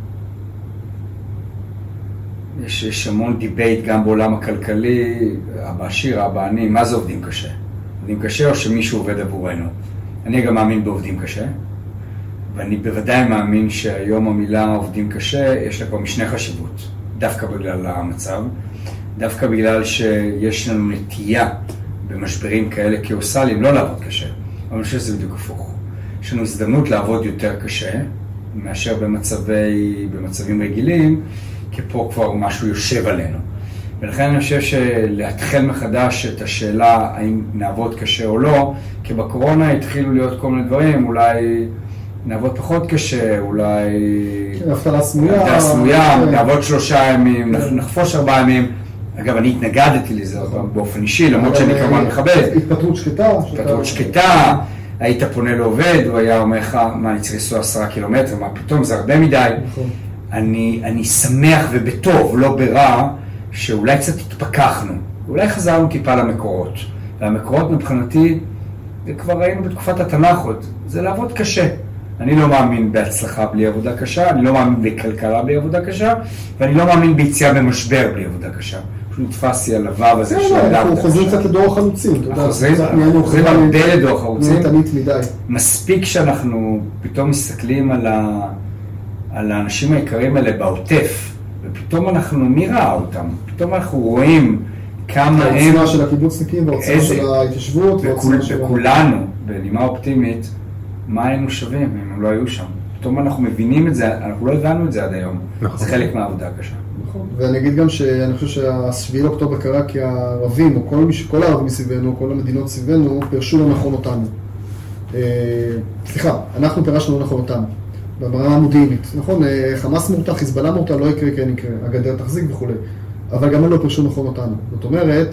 יש, יש המון דיבייט גם בעולם הכלכלי, אבא עשיר, אבא עני, מה זה עובדים קשה? עובדים קשה או שמישהו עובד עבורנו? אני גם מאמין בעובדים קשה, ואני בוודאי מאמין שהיום המילה עובדים קשה, יש לה כבר משנה חשיבות, דווקא בגלל המצב, דווקא בגלל שיש לנו נטייה במשברים כאלה כאוסליים לא לעבוד קשה, אבל אני חושב שזה בדיוק הפוך. יש לנו הזדמנות לעבוד יותר קשה, מאשר במצבי, במצבים רגילים, כי פה כבר משהו יושב עלינו. ולכן אני חושב שלהתחיל מחדש את השאלה האם נעבוד קשה או לא, כי בקורונה התחילו להיות כל מיני דברים, אולי נעבוד פחות קשה, אולי... אבטלה סמויה. אבטלה סמויה, נעבוד שלושה ימים, נחפוש ארבעה ימים. אגב, אני התנגדתי לזה באופן אישי, למרות שאני כמובן מכבד. התפטרות שקטה. התפטרות שקטה, היית פונה לעובד, הוא היה אומר לך, מה, אני צריך לנסוע עשרה קילומטר, מה פתאום, זה הרבה מדי. אני, אני שמח ובטוב, לא ברע, שאולי קצת התפכחנו. אולי חזרנו טיפה למקורות. והמקורות מבחינתי, זה כבר ראינו בתקופת התנ"ך עוד, זה לעבוד קשה. אני לא מאמין בהצלחה בלי עבודה קשה, אני לא מאמין בכלכלה בלי עבודה קשה, ואני לא מאמין ביציאה במשבר בלי עבודה קשה. פשוט נתפסתי על לבב הזה של עבודה קשה. אנחנו חוזרים קצת לדור החלוצים. חוזרים הרבה לדור החלוצים. נתנית מדי. מספיק שאנחנו פתאום מסתכלים על האנשים העיקריים האלה בעוטף, ופתאום אנחנו, מי ראה אותם? פתאום אנחנו רואים כמה הם... העוצמה של הקיבוצניקים והעוצמה של ההתיישבות. וכולנו, בנימה אופטימית, מה היינו שווים אם הם לא היו שם? פתאום אנחנו מבינים את זה, אנחנו לא הבנו את זה עד היום. זה חלק מהעבודה הקשה. נכון. ואני אגיד גם שאני חושב שהשביעי לאוקטובר קרה כי הערבים, או כל, מש... כל הערבים סביבנו, כל המדינות סביבנו, פרשו לא נכון אותנו. אה, סליחה, אנחנו פרשנו לא נכון אותנו. ברמה המודיעינית. נכון, חמאס מורתע, חיזבאללה מורתע, לא יקרה, כן יקרה, הגדר תחזיק וכו'. אבל גם הם לא פרשו נכון אותנו. זאת אומרת,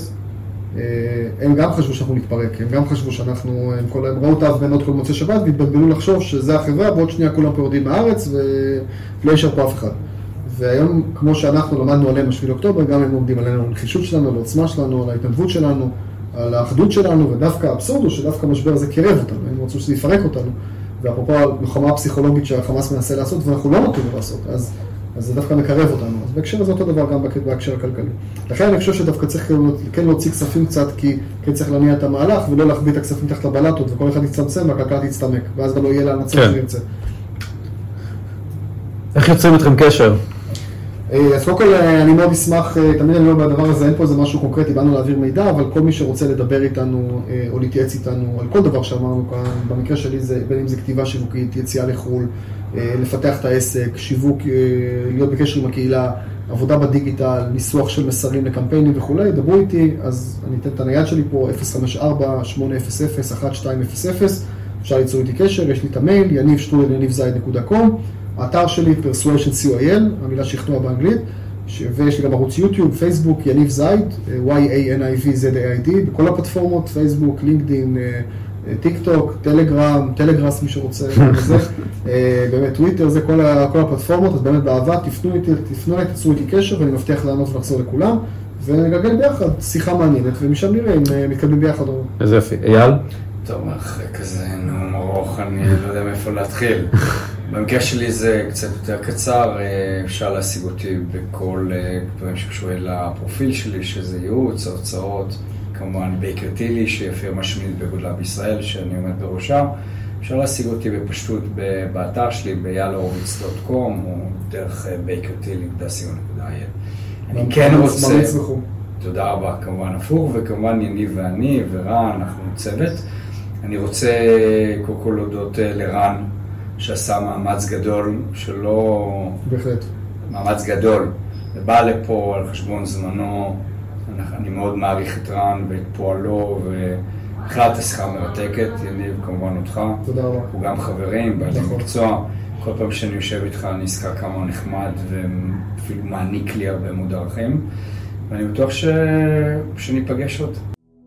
הם גם חשבו שאנחנו נתפרק, הם גם חשבו שאנחנו, הם, כל, הם ראו את ההפגנות כל מוצאי שבת, והתבלבלו לחשוב שזה החברה, ועוד שנייה כולם פה יורדים מהארץ, ולא יישאר פה אף אחד. והיום, כמו שאנחנו למדנו עליהם בשביל אוקטובר, גם הם לומדים עלינו, על הנחישות שלנו, על העוצמה שלנו, על ההתנדבות שלנו, על האחדות שלנו, ודווקא האבסורד הוא שדווקא המשבר הזה קירב אותנו, הם רצו שזה יפרק אותנו. ואפרופו הלוחמה הפסיכולוגית שהחמאס מנסה לעשות, ואנחנו לא נותנים לעשות, אז, אז זה דווקא מקרב אותנו. אז בהקשר הזה אותו דבר גם בהקשר הכלכלי. לכן אני חושב שדווקא צריך כן להוציא כספים קצת, כי כן צריך להניע את המהלך, ולא להחביא את הכספים תחת לבלטות, וכל אחד יצטמצם והכלכלה תצטמק, ואז גם לא יהיה לה נצח שנרצה. איך יוצאים איתכם קשר? אז קודם כל אני מאוד אשמח, תמיד אני לא בדבר הזה, אין פה איזה משהו קונקרטי, באנו להעביר מידע, אבל כל מי שרוצה לדבר איתנו או להתייעץ איתנו על כל דבר שאמרנו כאן, במקרה שלי זה בין אם זה כתיבה שיווקית, יציאה לחו"ל, לפתח את העסק, שיווק, להיות בקשר עם הקהילה, עבודה בדיגיטל, ניסוח של מסרים לקמפיינים וכו', דברו איתי, אז אני אתן את הנייד שלי פה, אפס חמש ארבע שמונה אפס אפס אחת שתיים אפס אפס, אפשר ליצור איתי קשר, יש לי את המייל, יניב שטרודל יניב זייד נקודה קום, האתר שלי, persuasion סי או איי אל, המילה שכנוע באנגלית, ויש לי גם ערוץ יוטיוב, פייסבוק, יניב זייד, וואי איי אן איי וי זד איי איי די, בכל הפלטפורמות, פייסבוק, לינקדין, טיק טוק, טלגרם, טלגראס, מי שרוצה, באמת טוויטר, זה כל הפלטפורמות, אז באמת באהבה, תפנו איתי, תפנו איתי, תצרו איתי קשר, ואני מבטיח לענות ולחזור לכולם, ונגלגל ביחד, שיחה מעניינת, ומשם נראה אם מתקדמים ביחד או... איזה יפי. אייל? טוב, אחרי כזה נאום ארוך, אני לא יודע מאיפה להתחיל. במקרה שלי זה קצת יותר קצר, אפשר להשיג אותי בכל דברים שקשורים לפרופיל שלי, שזה ייעוץ, הרצאות, כמובן בייקר טילי, שהיא הפירמה השמינית בגודלה בישראל, שאני עומד בראשה. אפשר להשיג אותי בפשטות באתר שלי, ב-אייל הורוביץ דוט קום, או דרך בייקר טילי נקודה סי או נקודה איי אל. אני כן רוצה... תודה רבה, כמובן הפוך, וכמובן יניב ואני ורן, אנחנו צוות. אני רוצה קודם כל להודות לרן, שעשה מאמץ גדול, שלא... בהחלט. מאמץ גדול. ובא לפה על חשבון זמנו, אני מאוד מעריך את רן ואת פועלו, ובכלל את השיחה מרתקת, יניב כמובן אותך. תודה רבה. הוא גם חברים, בעלי מקצוע. כל פעם שאני יושב איתך אני נזכר כמה הוא נחמד, ואפילו מעניק לי הרבה מאוד ערכים. ואני בטוח ש... שניפגש עוד.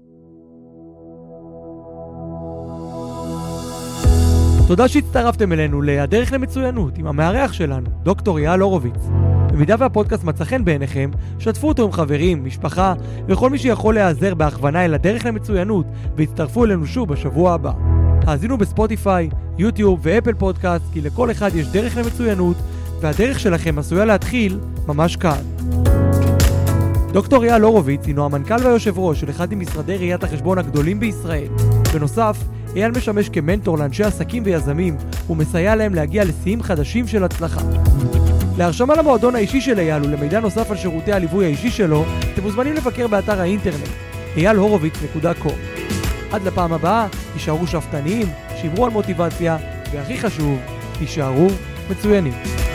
תודה שהצטרפתם אלינו להדרך למצוינות עם המארח שלנו, דוקטור אייל הורוביץ. במידה והפודקאסט מצא חן בעיניכם, שתפו אותו עם חברים, משפחה וכל מי שיכול להיעזר בהכוונה אל הדרך למצוינות, והצטרפו אלינו שוב בשבוע הבא. האזינו בספוטיפיי, יוטיוב ואפל פודקאסט, כי לכל אחד יש דרך למצוינות, והדרך שלכם עשויה להתחיל ממש כאן. דוקטור אייל הורוביץ הינו המנכ"ל והיושב ראש של אחד ממשרדי ראיית החשבון הגדולים בישראל. בנוסף, אייל משמש כמנטור לאנשי עסקים ויזמים, ומסייע להם להגיע לשיאים חדשים של הצלחה. להרשמה למועדון האישי של אייל ולמידע נוסף על שירותי הליווי האישי שלו, אתם מוזמנים לבקר באתר האינטרנט אייל הורוביץ נקודה קום. עד לפעם הבאה, תישארו שפטניים, שמרו על מוטיבציה, והכי חשוב, תישארו מצוינים.